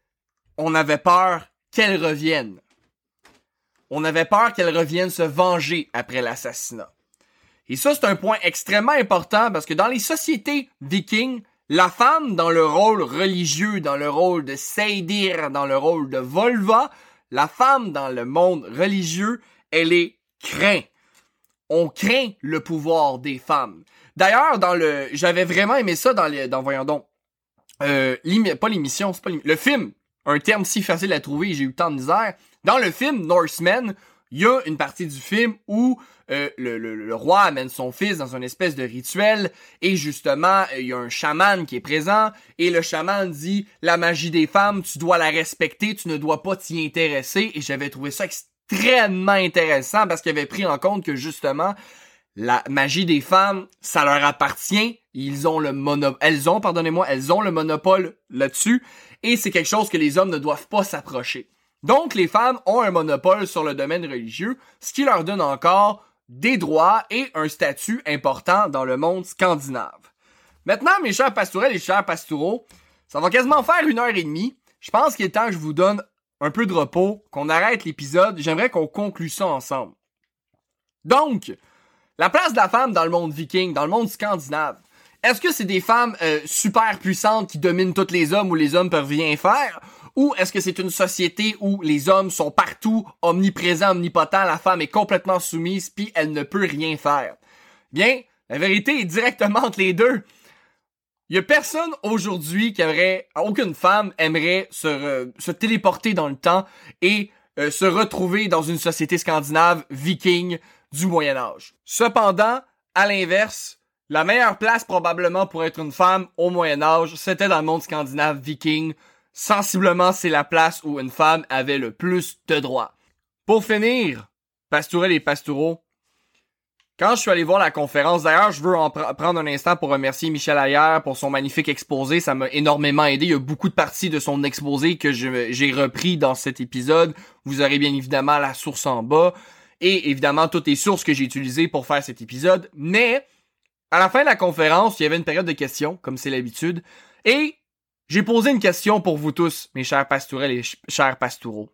on avait peur qu'elle revienne. On avait peur qu'elle revienne se venger après l'assassinat. Et ça c'est un point extrêmement important, parce que dans les sociétés vikings, la femme dans le rôle religieux, dans le rôle de Seidir, dans le rôle de Volva, la femme dans le monde religieux, elle est crainte. On craint le pouvoir des femmes. D'ailleurs, dans le, j'avais vraiment aimé ça dans les, dans voyons donc, euh, pas l'émission, c'est pas l'émission, le film, un terme si facile à trouver, j'ai eu tant de misère. Dans le film Norsemen, il y a une partie du film où euh, le, le, le roi amène son fils dans une espèce de rituel et justement, il y a un chaman qui est présent et le chaman dit « La magie des femmes, tu dois la respecter, tu ne dois pas t'y intéresser. » Et j'avais trouvé ça extrêmement intéressant parce qu'il avait pris en compte que justement, la magie des femmes, ça leur appartient. Ils ont le mono... Elles ont, pardonnez-moi, elles ont le monopole là-dessus et c'est quelque chose que les hommes ne doivent pas s'approcher. Donc, les femmes ont un monopole sur le domaine religieux, ce qui leur donne encore des droits et un statut important dans le monde scandinave. Maintenant, mes chers pastourelles et chers pastoureaux, ça va quasiment faire une heure et demie. je pense qu'il est temps que je vous donne un peu de repos, qu'on arrête l'épisode. J'aimerais qu'on conclue ça ensemble. Donc, la place de la femme dans le monde viking, dans le monde scandinave. Est-ce que c'est des femmes euh, super puissantes qui dominent tous les hommes où les hommes peuvent rien faire? Ou est-ce que c'est une société où les hommes sont partout, omniprésents, omnipotents, la femme est complètement soumise puis elle ne peut rien faire? Bien, la vérité est directement entre les deux. Il y a personne aujourd'hui qui aimerait, aucune femme aimerait se, euh, se téléporter dans le temps et euh, se retrouver dans une société scandinave viking du Moyen-Âge. Cependant, à l'inverse, la meilleure place probablement pour être une femme au Moyen-Âge, c'était dans le monde scandinave viking. Sensiblement, c'est la place où une femme avait le plus de droits. Pour finir, Pastourelle et Pastoureau, quand je suis allé voir la conférence, d'ailleurs, je veux en pr- prendre un instant pour remercier Michel Ayer pour son magnifique exposé. Ça m'a énormément aidé. Il y a beaucoup de parties de son exposé que je, j'ai repris dans cet épisode. Vous aurez bien évidemment la source en bas et évidemment toutes les sources que j'ai utilisées pour faire cet épisode. Mais à la fin de la conférence, il y avait une période de questions, comme c'est l'habitude, et j'ai posé une question pour vous tous, mes chers pastourelles et ch- chers pastoureaux.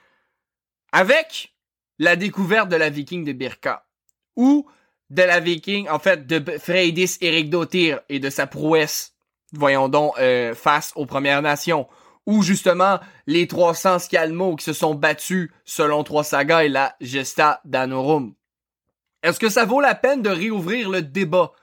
Avec la découverte de la Viking de Birka, ou de la Viking, en fait, de Freydis Erikdottir et de sa prouesse, voyons donc, euh, face aux Premières Nations, ou justement les trois cents Skalmo qui se sont battus selon trois sagas et la Gesta Danorum. Est-ce que ça vaut la peine de réouvrir le débat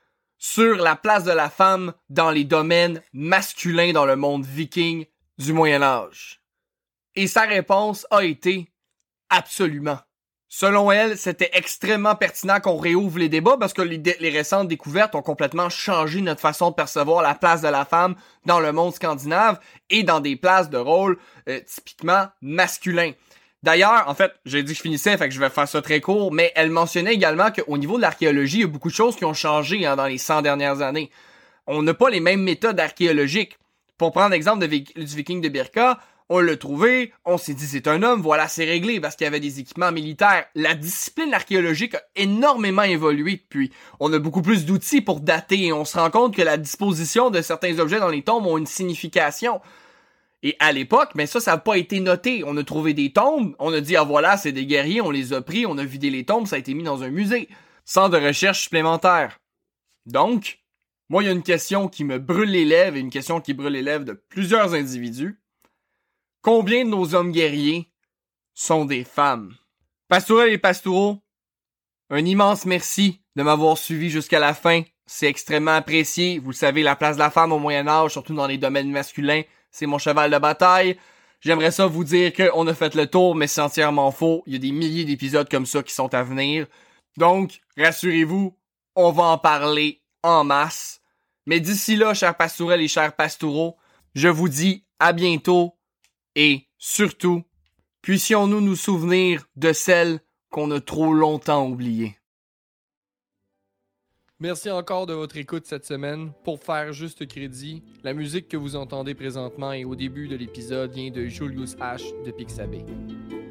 sur la place de la femme dans les domaines masculins dans le monde viking du Moyen-Âge? Et sa réponse a été absolument. Selon elle, c'était extrêmement pertinent qu'on réouvre les débats parce que les, dé- les récentes découvertes ont complètement changé notre façon de percevoir la place de la femme dans le monde scandinave et dans des places de rôle euh, typiquement masculins. D'ailleurs, en fait, j'ai dit que je finissais, fait que je vais faire ça très court, mais elle mentionnait également qu'au niveau de l'archéologie, il y a beaucoup de choses qui ont changé hein, dans les cent dernières années. On n'a pas les mêmes méthodes archéologiques. Pour prendre l'exemple de Vic- du Viking de Birka, on l'a trouvé, on s'est dit c'est un homme, voilà, c'est réglé parce qu'il y avait des équipements militaires. La discipline archéologique a énormément évolué depuis. On a beaucoup plus d'outils pour dater et on se rend compte que la disposition de certains objets dans les tombes ont une signification. Et à l'époque, mais ça, ça n'a pas été noté. On a trouvé des tombes, on a dit, ah voilà, c'est des guerriers, on les a pris, on a vidé les tombes, ça a été mis dans un musée. Sans de recherche supplémentaire. Donc, moi, il y a une question qui me brûle les lèvres et une question qui brûle les lèvres de plusieurs individus. Combien de nos hommes guerriers sont des femmes? Pastourelles et pastoureaux, un immense merci de m'avoir suivi jusqu'à la fin. C'est extrêmement apprécié. Vous le savez, la place de la femme au Moyen-Âge, surtout dans les domaines masculins, c'est mon cheval de bataille. J'aimerais ça vous dire qu'on a fait le tour, mais c'est entièrement faux. Il y a des milliers d'épisodes comme ça qui sont à venir. Donc, rassurez-vous, on va en parler en masse. Mais d'ici là, chers pastourelles et chers pastoureaux, je vous dis à bientôt. Et, surtout, puissions-nous nous souvenir de celles qu'on a trop longtemps oubliées. Merci encore de votre écoute cette semaine. Pour faire juste crédit, la musique que vous entendez présentement et au début de l'épisode vient de Julius H. de Pixabay.